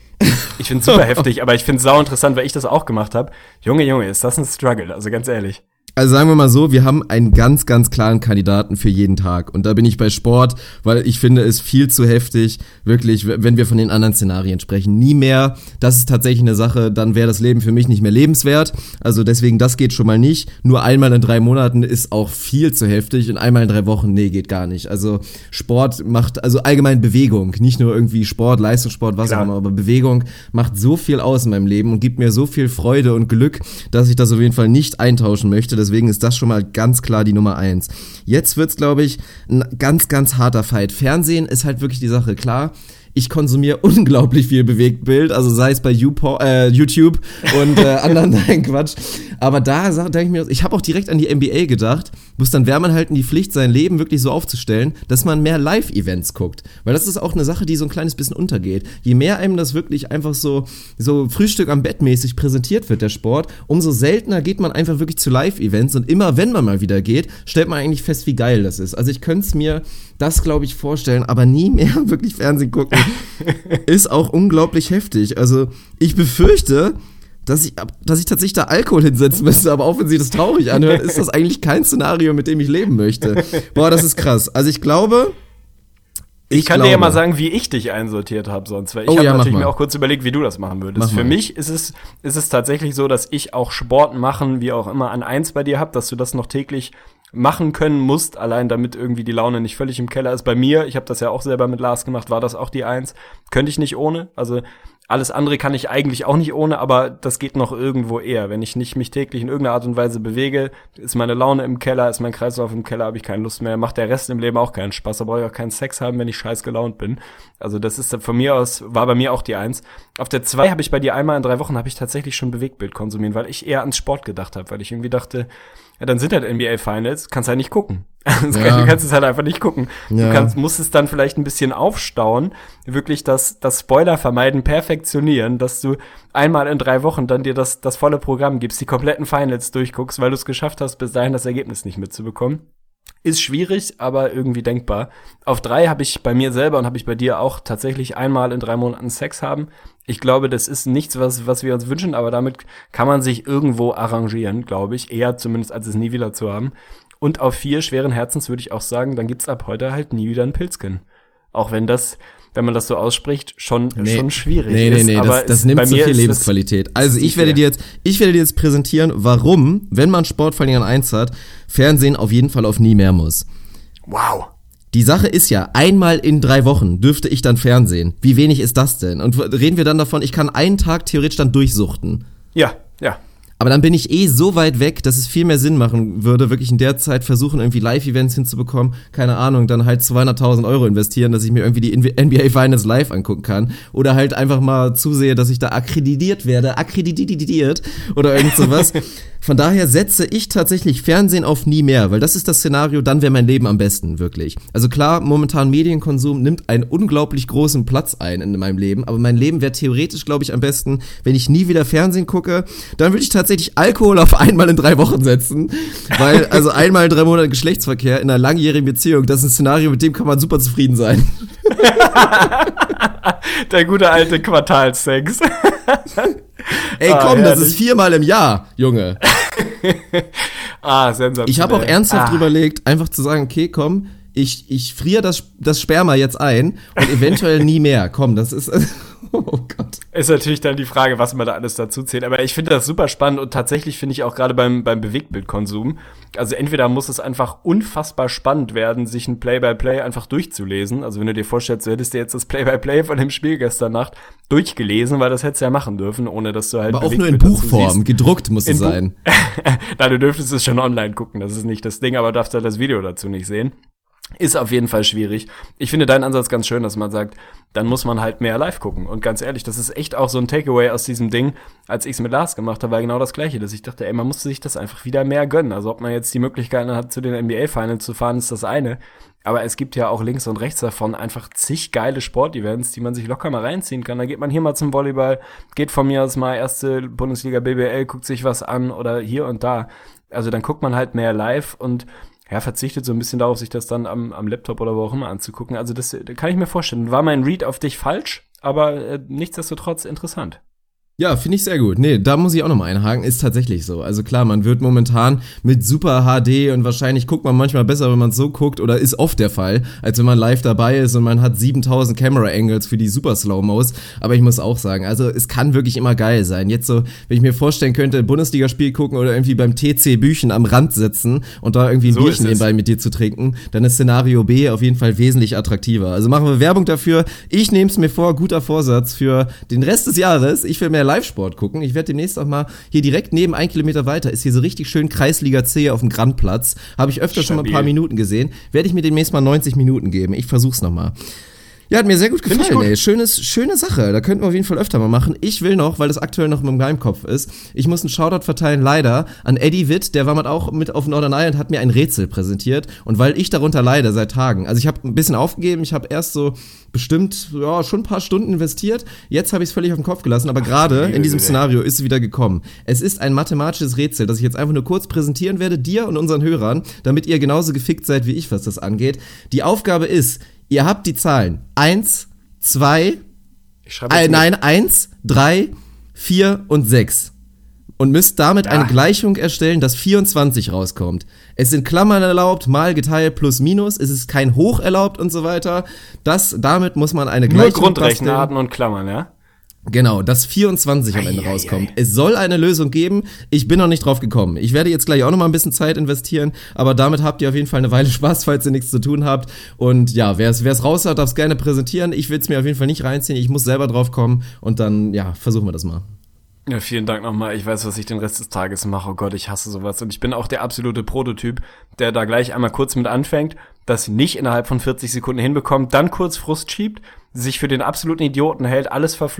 Ich find's super heftig, aber ich find's sau interessant, weil ich das auch gemacht habe. Junge, ist das ein Struggle, also ganz ehrlich. Also sagen wir mal so, wir haben einen ganz, ganz klaren Kandidaten für jeden Tag. Und da bin ich bei Sport, weil ich finde es viel zu heftig, wirklich, wenn wir von den anderen Szenarien sprechen. Nie mehr, das ist tatsächlich eine Sache, dann wäre das Leben für mich nicht mehr lebenswert. Also deswegen, das geht schon mal nicht. Nur einmal in 3 Monaten ist auch viel zu heftig und einmal in 3 Wochen, nee, geht gar nicht. Also Sport macht, also allgemein Bewegung, nicht nur irgendwie Sport, Leistungssport, was auch immer, aber Bewegung macht so viel aus in meinem Leben und gibt mir so viel Freude und Glück, dass ich das auf jeden Fall nicht eintauschen möchte. Deswegen ist das schon mal ganz klar die Nummer 1. Jetzt wird's, glaube ich, ein ganz, ganz harter Fight. Fernsehen ist halt wirklich die Sache. Klar, ich konsumiere unglaublich viel Bewegtbild, also sei es bei YouTube und anderen Quatsch. Aber da denke ich mir, ich habe auch direkt an die NBA gedacht, bloß dann wäre man halt in die Pflicht, sein Leben wirklich so aufzustellen, dass man mehr Live-Events guckt. Weil das ist auch eine Sache, die so ein kleines bisschen untergeht. Je mehr einem das wirklich einfach so Frühstück am Bett mäßig präsentiert wird, der Sport, umso seltener geht man einfach wirklich zu Live-Events und immer, wenn man mal wieder geht, stellt man eigentlich fest, wie geil das ist. Also ich könnte es mir das, glaube ich, vorstellen, aber nie mehr wirklich Fernsehen gucken, ist auch unglaublich heftig. Also ich befürchte, dass ich tatsächlich da Alkohol hinsetzen müsste, aber auch wenn sich das traurig anhört, ist das eigentlich kein Szenario, mit dem ich leben möchte. Boah, das ist krass. Also ich glaube... Ich kann dir ja mal sagen, wie ich dich einsortiert habe sonst, weil ich habe natürlich mir auch kurz überlegt, wie du das machen würdest. Für mich ist es tatsächlich so, dass ich auch Sport machen, wie auch immer, an 1 bei dir habe, dass du das noch täglich machen können musst, allein damit irgendwie die Laune nicht völlig im Keller ist. Bei mir, ich habe das ja auch selber mit Lars gemacht, war das auch die 1. Könnte ich nicht ohne, also alles andere kann ich eigentlich auch nicht ohne, aber das geht noch irgendwo eher. Wenn ich nicht mich täglich in irgendeiner Art und Weise bewege, ist meine Laune im Keller, ist mein Kreislauf im Keller, habe ich keine Lust mehr, macht der Rest im Leben auch keinen Spaß, da brauche ich auch keinen Sex haben, wenn ich scheiß gelaunt bin. Also das ist von mir aus, war bei mir auch die 1. Auf der 2 habe ich bei dir einmal in 3 Wochen, habe ich tatsächlich schon Bewegtbild konsumieren, weil ich eher ans Sport gedacht habe, weil ich irgendwie dachte, ja, dann sind halt NBA Finals, kannst halt nicht gucken. Du kannst es halt einfach nicht gucken. Ja. Du musst es dann vielleicht ein bisschen aufstauen, wirklich das Spoiler vermeiden, perfektionieren, dass du einmal in 3 Wochen dann dir das volle Programm gibst, die kompletten Finals durchguckst, weil du es geschafft hast, bis dahin das Ergebnis nicht mitzubekommen. Ist schwierig, aber irgendwie denkbar. Auf 3 habe ich bei mir selber und habe ich bei dir auch tatsächlich einmal in 3 Monaten Sex haben. Ich glaube, das ist nichts, was wir uns wünschen, aber damit kann man sich irgendwo arrangieren, glaube ich. Eher zumindest, als es nie wieder zu haben. Und auf 4 schweren Herzens würde ich auch sagen, dann gibt's ab heute halt nie wieder ein Pilzken. Auch wenn man das so ausspricht, schon schwierig ist. Nee, aber das nimmt zu viel Lebensqualität. Also ich werde dir jetzt präsentieren, warum, wenn man Sport vor allem an 1 hat, Fernsehen auf jeden Fall auf nie mehr muss. Wow. Die Sache ist ja, einmal in 3 Wochen dürfte ich dann Fernsehen. Wie wenig ist das denn? Und reden wir dann davon, ich kann einen Tag theoretisch dann durchsuchten. Ja. Aber dann bin ich so weit weg, dass es viel mehr Sinn machen würde, wirklich in der Zeit versuchen, irgendwie Live-Events hinzubekommen. Keine Ahnung, dann halt 200.000 € investieren, dass ich mir irgendwie die NBA Finals live angucken kann. Oder halt einfach mal zusehe, dass ich da akkreditiert werde. Akkreditiert oder irgend sowas. Von daher setze ich tatsächlich Fernsehen auf nie mehr, weil das ist das Szenario, dann wäre mein Leben am besten, wirklich. Also klar, momentan Medienkonsum nimmt einen unglaublich großen Platz ein in meinem Leben, aber mein Leben wäre theoretisch, glaube ich, am besten, wenn ich nie wieder Fernsehen gucke. Dann würde ich tatsächlich Alkohol auf einmal in 3 Wochen setzen, weil also einmal in 3 Monaten Geschlechtsverkehr in einer langjährigen Beziehung, das ist ein Szenario, mit dem kann man super zufrieden sein. Der gute alte Quartalsex. Ey, komm, das ist 4-mal im Jahr, Junge. Sensationell. Ich habe auch ernsthaft überlegt, einfach zu sagen, okay, komm, ich friere das Sperma jetzt ein und eventuell nie mehr. Komm, das ist... Oh Gott. Ist natürlich dann die Frage, was man da alles dazu zählt. Aber ich finde das super spannend und tatsächlich finde ich auch gerade beim Bewegtbildkonsum, also entweder muss es einfach unfassbar spannend werden, sich ein Play-by-Play einfach durchzulesen. Also wenn du dir vorstellst, du hättest dir jetzt das Play-by-Play von dem Spiel gestern Nacht durchgelesen, weil das hättest du ja machen dürfen, ohne dass du halt aber auch nur in Buchform, gedruckt muss es sein. Na, du dürftest es schon online gucken, das ist nicht das Ding, aber darfst halt das Video dazu nicht sehen. Ist auf jeden Fall schwierig. Ich finde deinen Ansatz ganz schön, dass man sagt, dann muss man halt mehr live gucken. Und ganz ehrlich, das ist echt auch so ein Takeaway aus diesem Ding, als ich es mit Lars gemacht habe, war genau das Gleiche, dass ich dachte, ey, man musste sich das einfach wieder mehr gönnen. Also ob man jetzt die Möglichkeiten hat, zu den NBA-Finals zu fahren, ist das eine. Aber es gibt ja auch links und rechts davon einfach zig geile Sportevents, die man sich locker mal reinziehen kann. Da geht man hier mal zum Volleyball, geht von mir aus mal erste Bundesliga BBL, guckt sich was an oder hier und da. Also dann guckt man halt mehr live und verzichtet so ein bisschen darauf, sich das dann am Laptop oder wo auch immer anzugucken. Also das kann ich mir vorstellen. War mein Read auf dich falsch, aber nichtsdestotrotz interessant. Ja, finde ich sehr gut. Nee, da muss ich auch nochmal einhaken, ist tatsächlich so. Also klar, man wird momentan mit super HD und wahrscheinlich guckt man manchmal besser, wenn man es so guckt, oder ist oft der Fall, als wenn man live dabei ist und man hat 7000 Camera-Angles für die super Slow-Mos. Aber ich muss auch sagen, also es kann wirklich immer geil sein. Jetzt so, wenn ich mir vorstellen könnte, ein Bundesligaspiel gucken oder irgendwie beim TC Büchen am Rand sitzen und da irgendwie ein so Bierchen nebenbei mit dir zu trinken, dann ist Szenario B auf jeden Fall wesentlich attraktiver. Also machen wir Werbung dafür. Ich nehme es mir vor, guter Vorsatz für den Rest des Jahres. Ich will mehr Live-Sport gucken. Ich werde demnächst auch mal hier direkt neben 1 Kilometer weiter, ist hier so richtig schön Kreisliga C auf dem Grandplatz. Habe ich öfter schon mal ein paar Minuten gesehen. Werde ich mir demnächst mal 90 Minuten geben. Ich versuch's nochmal. Ja, hat mir sehr gut gefallen, ey. Schöne Sache. Da könnten wir auf jeden Fall öfter mal machen. Ich will noch, weil das aktuell noch in meinem Kopf ist, ich muss einen Shoutout verteilen, leider, an Eddie Witt, der war auch mit auf Northern Ireland, hat mir ein Rätsel präsentiert. Und weil ich darunter leide seit Tagen, also ich habe ein bisschen aufgegeben, ich habe erst so bestimmt, schon ein paar Stunden investiert. Jetzt habe ich es völlig auf den Kopf gelassen, aber gerade in diesem Szenario ist es wieder gekommen. Es ist ein mathematisches Rätsel, das ich jetzt einfach nur kurz präsentieren werde, dir und unseren Hörern, damit ihr genauso gefickt seid wie ich, was das angeht. Die Aufgabe ist, ihr habt die Zahlen 1, 2, 1, 3, 4 und 6 und müsst damit eine Gleichung erstellen, dass 24 rauskommt. Es sind Klammern erlaubt, mal geteilt plus minus, es ist kein Hoch erlaubt und so weiter. Damit muss man eine Gleichung basteln. Nur Grundrechenarten und Klammern, ja? Genau, dass 24 am Ende rauskommt. Es soll eine Lösung geben, ich bin noch nicht drauf gekommen. Ich werde jetzt gleich auch noch mal ein bisschen Zeit investieren, aber damit habt ihr auf jeden Fall eine Weile Spaß, falls ihr nichts zu tun habt. Und ja, wer es raus hat, darf es gerne präsentieren. Ich will es mir auf jeden Fall nicht reinziehen, ich muss selber drauf kommen und dann, versuchen wir das mal. Ja, vielen Dank nochmal. Ich weiß, was ich den Rest des Tages mache. Oh Gott, ich hasse sowas. Und ich bin auch der absolute Prototyp, der da gleich einmal kurz mit anfängt, das nicht innerhalb von 40 Sekunden hinbekommt, dann kurz Frust schiebt, sich für den absoluten Idioten hält, alles verflucht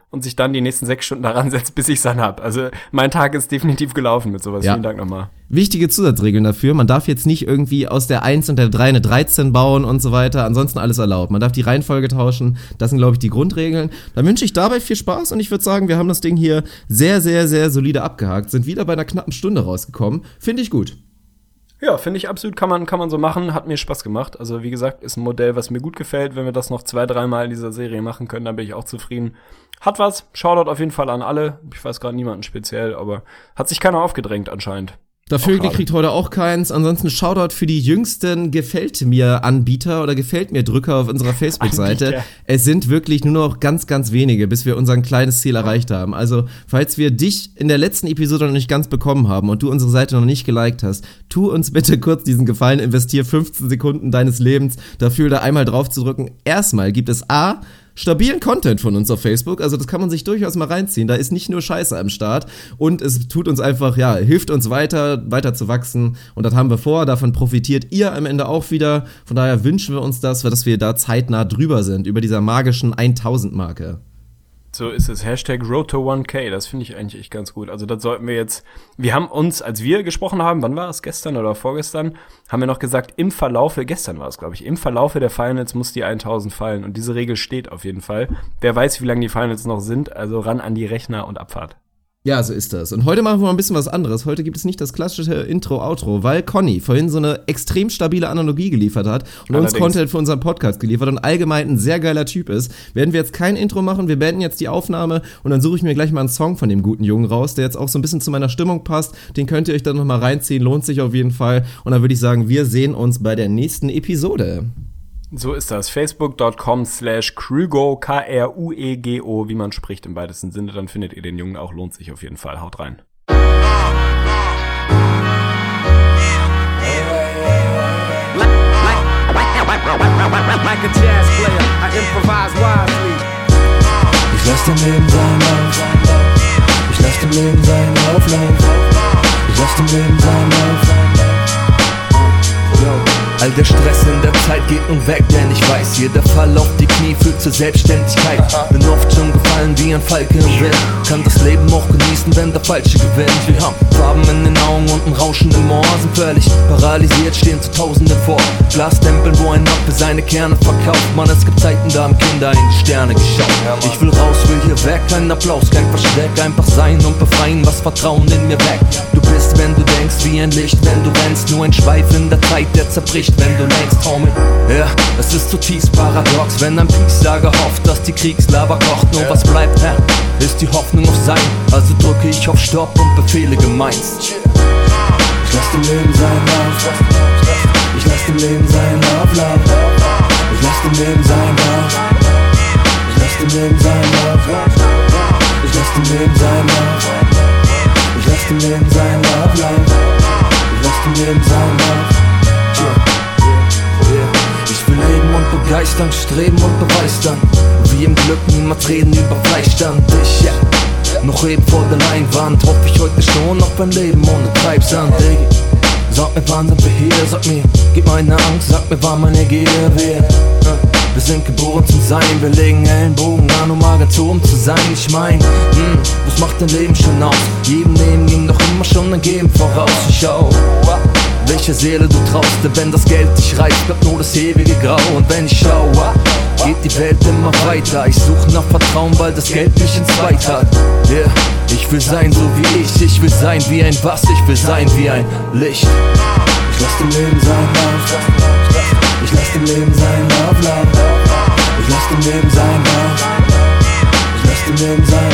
und sich dann die nächsten 6 Stunden daran setzt, bis ich es dann hab. Also mein Tag ist definitiv gelaufen mit sowas. Ja. Vielen Dank nochmal. Wichtige Zusatzregeln dafür, man darf jetzt nicht irgendwie aus der 1 und der 3 eine 13 bauen und so weiter, ansonsten alles erlaubt. Man darf die Reihenfolge tauschen, das sind, glaube ich, die Grundregeln. Dann wünsche ich dabei viel Spaß und ich würde sagen, wir haben das Ding hier sehr, sehr, sehr solide abgehakt, sind wieder bei einer knappen Stunde rausgekommen. Finde ich gut. Ja, finde ich absolut, kann man so machen, hat mir Spaß gemacht. Also wie gesagt, ist ein Modell, was mir gut gefällt. Wenn wir das noch 2-3 Mal in dieser Serie machen können, dann bin ich auch zufrieden. Hat was, Shoutout auf jeden Fall an alle. Ich weiß gerade niemanden speziell, aber hat sich keiner aufgedrängt anscheinend. Dafür kriegt heute auch keins. Ansonsten Shoutout für die jüngsten Gefällt-mir-Anbieter oder Gefällt-mir-Drücker auf unserer Facebook-Seite. Anbieter. Es sind wirklich nur noch ganz, ganz wenige, bis wir unser kleines Ziel erreicht haben. Also, falls wir dich in der letzten Episode noch nicht ganz bekommen haben und du unsere Seite noch nicht geliked hast, tu uns bitte kurz diesen Gefallen, investier 15 Sekunden deines Lebens dafür, da einmal drauf zu drücken. Erstmal gibt es stabilen Content von uns auf Facebook, also das kann man sich durchaus mal reinziehen, da ist nicht nur Scheiße am Start und es tut uns einfach, hilft uns weiter zu wachsen und das haben wir vor, davon profitiert ihr am Ende auch wieder, von daher wünschen wir uns das, dass wir da zeitnah drüber sind, über dieser magischen 1000-Marke. So ist es. #Road to 1K. Das finde ich eigentlich echt ganz gut. Also das sollten wir jetzt, wir haben uns, als wir gesprochen haben, wann war es, gestern oder vorgestern, haben wir noch gesagt, gestern war es, glaube ich, im Verlaufe der Finals muss die 1000 fallen. Und diese Regel steht auf jeden Fall. Wer weiß, wie lange die Finals noch sind. Also ran an die Rechner und Abfahrt. Ja, so ist das. Und heute machen wir mal ein bisschen was anderes. Heute gibt es nicht das klassische Intro-Outro, weil Conny vorhin so eine extrem stabile Analogie geliefert hat und uns Content für unseren Podcast geliefert und allgemein ein sehr geiler Typ ist. Werden wir jetzt kein Intro machen, wir beenden jetzt die Aufnahme und dann suche ich mir gleich mal einen Song von dem guten Jungen raus, der jetzt auch so ein bisschen zu meiner Stimmung passt. Den könnt ihr euch dann nochmal reinziehen, lohnt sich auf jeden Fall. Und dann würde ich sagen, wir sehen uns bei der nächsten Episode. So ist das. Facebook.com/Kruego, Kruego, wie man spricht im weitesten Sinne. Dann findet ihr den Jungen auch. Lohnt sich auf jeden Fall. Haut rein. Like a jazz player, I improvise wisely. Ich lass dem Leben seinen Lauf. Ich lass dem Leben seinen Lauf. Ich lass dem Leben seinen Lauf. All der Stress in der Zeit geht nun weg, denn ich weiß, jeder Fall auf die Knie führt zur Selbstständigkeit. Bin oft schon gefallen wie ein Falke im Wind. Kann das Leben auch genießen, wenn der Falsche gewinnt. Wir haben Farben in den Augen und ein Rauschen im Ohr. Sind völlig paralysiert, stehen zu Tausenden vor Glastempeln, wo ein Affe seine Kerne verkauft. Mann, es gibt Zeiten, da haben Kinder in die Sterne geschaut. Ich will raus, will hier weg, kein Applaus, kein Versteck. Einfach sein und befreien, was Vertrauen in mir weckt. Du bist, wenn du denkst, wie ein Licht, wenn du rennst. Nur ein Schweif in der Zeit, der zerbricht, wenn du längst, Homie. Ja, es ist zutiefst paradox, wenn ein Peacesager hofft, dass die Kriegslava kocht. Nur was bleibt, ist die Hoffnung auf Sein. Also drücke ich auf Stopp und befehle gemeinst. Ich lass dem Leben seinen Lauf. Ich lass dem Leben seinen Lauf. Ich lass dem Leben seinen Lauf. Ich lass dem Leben seinen Lauf. Ich lass dem Leben seinen Lauf. Ich lass dem Leben seinen Lauf. Ich lass dem Leben seinen Lauf. Ich will leben und begeistern, streben und beweistern. Wie im Glück niemals reden über Fleischstand. Ich, noch eben vor der Leinwand. Hoffe ich heute schon auf ein Leben ohne Treibsand. Sag mir, wann sind wir hier? Sag mir, gib meine Angst. Sag mir, wann meine Gier wird. Wir sind geboren zum Sein. Wir legen Ellenbogen an, um Agentur zu sein. Ich mein, was macht dein Leben schon aus? Jedem Leben ging doch immer schon ein Geben voraus. Ich schau, welcher Seele du traust, denn wenn das Geld dich reißt, bleibt nur das ewige Grau. Und wenn ich schau, geht die Welt immer weiter. Ich suche nach Vertrauen, weil das Geld mich entzweit hat. Yeah, ich will sein so wie ich will sein wie ein was, ich will sein wie ein Licht. Ich lass dem Leben seinen Lauf. Ich lass dem Leben seinen Lauf. Ich lass dem Leben seinen Lauf. Ich lass dem Leben seinen